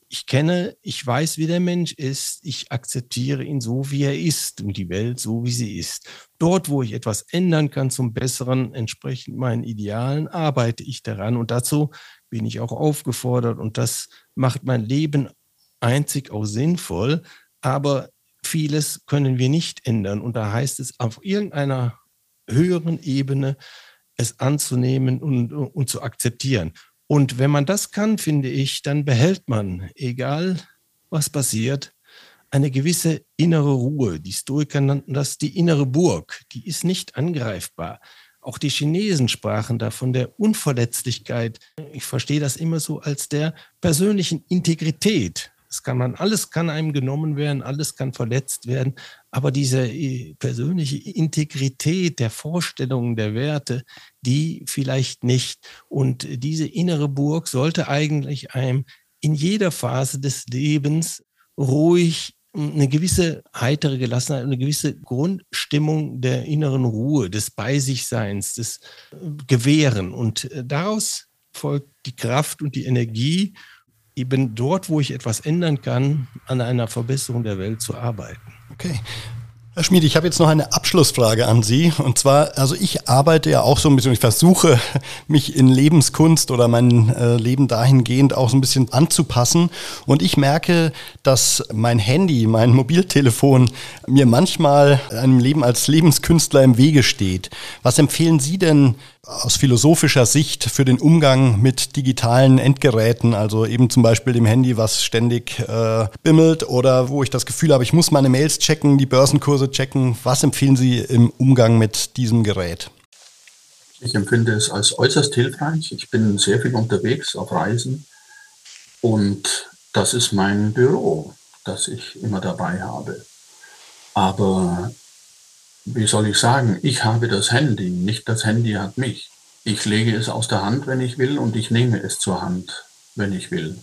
ich weiß, wie der Mensch ist, ich akzeptiere ihn so, wie er ist und die Welt so, wie sie ist. Dort, wo ich etwas ändern kann zum Besseren, entsprechend meinen Idealen, arbeite ich daran und dazu bin ich auch aufgefordert und das macht mein Leben einzig auch sinnvoll, aber vieles können wir nicht ändern und da heißt es auf irgendeiner höheren Ebene, es anzunehmen und zu akzeptieren. Und wenn man das kann, finde ich, dann behält man, egal was passiert, eine gewisse innere Ruhe. Die Stoiker nannten das die innere Burg. Die ist nicht angreifbar. Auch die Chinesen sprachen da von der Unverletzlichkeit. Ich verstehe das immer so als der persönlichen Integrität. Alles kann einem genommen werden, alles kann verletzt werden. Aber diese persönliche Integrität der Vorstellungen, der Werte, die vielleicht nicht. Und diese innere Burg sollte eigentlich einem in jeder Phase des Lebens ruhig eine gewisse heitere Gelassenheit, eine gewisse Grundstimmung der inneren Ruhe, des Bei-sich-Seins, des Gewähren. Und daraus folgt die Kraft und die Energie, eben dort, wo ich etwas ändern kann, an einer Verbesserung der Welt zu arbeiten. Okay. Herr Schmid, ich habe jetzt noch eine Abschlussfrage an Sie. Und zwar, also ich arbeite ja auch so ein bisschen, ich versuche mich in Lebenskunst oder mein Leben dahingehend auch so ein bisschen anzupassen. Und ich merke, dass mein Handy, mein Mobiltelefon mir manchmal einem Leben als Lebenskünstler im Wege steht. Was empfehlen Sie denn aus philosophischer Sicht für den Umgang mit digitalen Endgeräten, also eben zum Beispiel dem Handy, was ständig bimmelt oder wo ich das Gefühl habe, ich muss meine Mails checken, die Börsenkurse checken. Was empfehlen Sie im Umgang mit diesem Gerät? Ich empfinde es als äußerst hilfreich. Ich bin sehr viel unterwegs auf Reisen und das ist mein Büro, das ich immer dabei habe. Aber wie soll ich sagen, ich habe das Handy, nicht das Handy hat mich. Ich lege es aus der Hand, wenn ich will, und ich nehme es zur Hand, wenn ich will.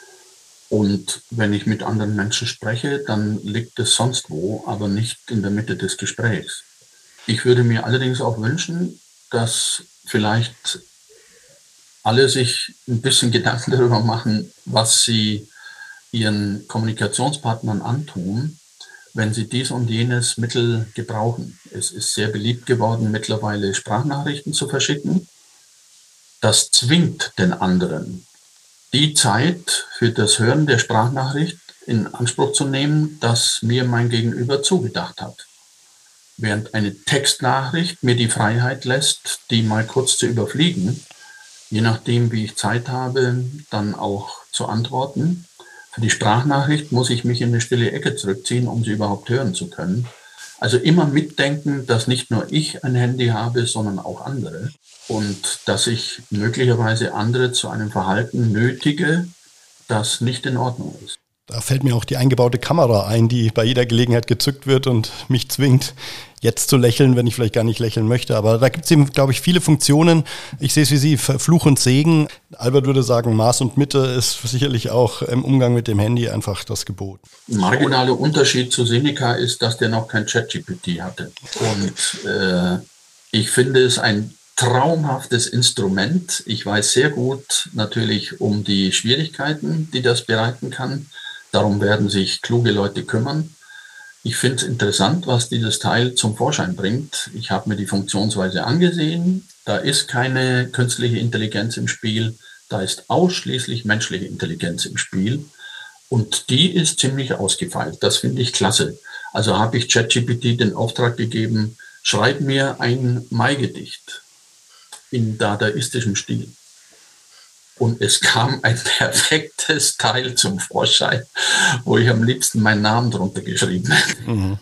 Und wenn ich mit anderen Menschen spreche, dann liegt es sonst wo, aber nicht in der Mitte des Gesprächs. Ich würde mir allerdings auch wünschen, dass vielleicht alle sich ein bisschen Gedanken darüber machen, was sie ihren Kommunikationspartnern antun, wenn sie dies und jenes Mittel gebrauchen. Es ist sehr beliebt geworden, mittlerweile Sprachnachrichten zu verschicken. Das zwingt den anderen, die Zeit für das Hören der Sprachnachricht in Anspruch zu nehmen, das mir mein Gegenüber zugedacht hat. Während eine Textnachricht mir die Freiheit lässt, die mal kurz zu überfliegen, je nachdem, wie ich Zeit habe, dann auch zu antworten. Für die Sprachnachricht muss ich mich in eine stille Ecke zurückziehen, um sie überhaupt hören zu können. Also immer mitdenken, dass nicht nur ich ein Handy habe, sondern auch andere. Und dass ich möglicherweise andere zu einem Verhalten nötige, das nicht in Ordnung ist. Da fällt mir auch die eingebaute Kamera ein, die bei jeder Gelegenheit gezückt wird und mich zwingt, jetzt zu lächeln, wenn ich vielleicht gar nicht lächeln möchte. Aber da gibt es eben, glaube ich, viele Funktionen. Ich sehe es wie Sie, Fluch und Segen. Albert würde sagen, Maß und Mitte ist sicherlich auch im Umgang mit dem Handy einfach das Gebot. Ein marginaler Unterschied zu Seneca ist, dass der noch kein ChatGPT hatte. Und ich finde es ein traumhaftes Instrument. Ich weiß sehr gut natürlich um die Schwierigkeiten, die das bereiten kann. Darum werden sich kluge Leute kümmern. Ich finde es interessant, was dieses Teil zum Vorschein bringt. Ich habe mir die Funktionsweise angesehen. Da ist keine künstliche Intelligenz im Spiel. Da ist ausschließlich menschliche Intelligenz im Spiel. Und die ist ziemlich ausgefeilt. Das finde ich klasse. Also habe ich ChatGPT den Auftrag gegeben, schreib mir ein Maigedicht in dadaistischem Stil. Und es kam ein perfektes Teil zum Vorschein, wo ich am liebsten meinen Namen drunter geschrieben hätte. Mhm.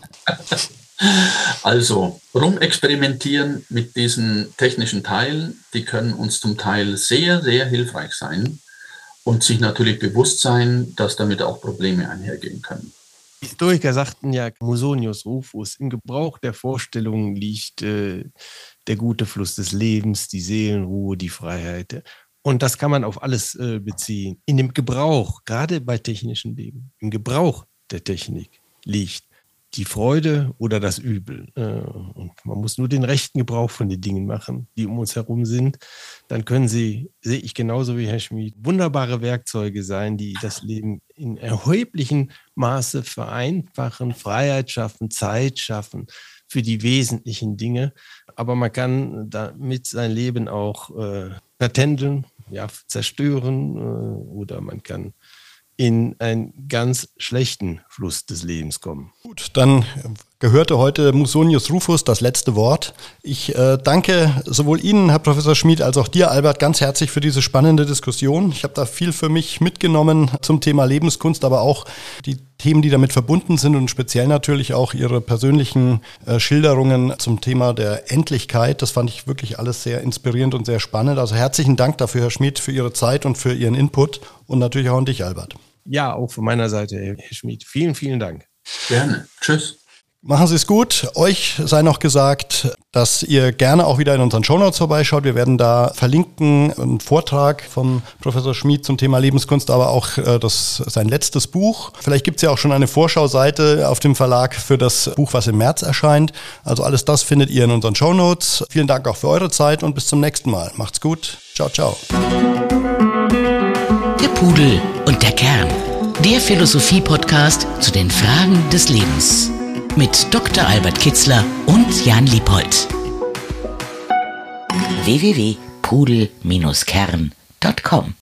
Also rumexperimentieren mit diesen technischen Teilen, die können uns zum Teil sehr, sehr hilfreich sein und sich natürlich bewusst sein, dass damit auch Probleme einhergehen können. Historiker sagten ja, Musonius Rufus, im Gebrauch der Vorstellungen liegt der gute Fluss des Lebens, die Seelenruhe, die Freiheit. Und das kann man auf alles beziehen. In dem Gebrauch, gerade bei technischen Dingen, im Gebrauch der Technik liegt die Freude oder das Übel. Und man muss nur den rechten Gebrauch von den Dingen machen, die um uns herum sind. Dann können sie, sehe ich genauso wie Herr Schmid, wunderbare Werkzeuge sein, die das Leben in erheblichem Maße vereinfachen, Freiheit schaffen, Zeit schaffen für die wesentlichen Dinge. Aber man kann damit sein Leben auch vertändeln, ja, zerstören oder man kann in einen ganz schlechten Fluss des Lebens kommen. Gut, dann gehörte heute Musonius Rufus das letzte Wort. Ich danke sowohl Ihnen, Herr Professor Schmid, als auch dir, Albert, ganz herzlich für diese spannende Diskussion. Ich habe da viel für mich mitgenommen zum Thema Lebenskunst, aber auch die Themen, die damit verbunden sind und speziell natürlich auch Ihre persönlichen Schilderungen zum Thema der Endlichkeit. Das fand ich wirklich alles sehr inspirierend und sehr spannend. Also herzlichen Dank dafür, Herr Schmid, für Ihre Zeit und für Ihren Input und natürlich auch an dich, Albert. Ja, auch von meiner Seite, Herr Schmid. Vielen, vielen Dank. Gerne. Tschüss. Machen Sie es gut. Euch sei noch gesagt, dass ihr gerne auch wieder in unseren Shownotes vorbeischaut. Wir werden da verlinken einen Vortrag vom Professor Schmid zum Thema Lebenskunst, aber auch sein letztes Buch. Vielleicht gibt es ja auch schon eine Vorschauseite auf dem Verlag für das Buch, was im März erscheint. Also alles das findet ihr in unseren Shownotes. Vielen Dank auch für eure Zeit und bis zum nächsten Mal. Macht's gut. Ciao, ciao. Der Pudel und der Kern. Der Philosophie-Podcast zu den Fragen des Lebens. Mit Dr. Albert Kitzler und Jan Liephold. www.pudel-kern.com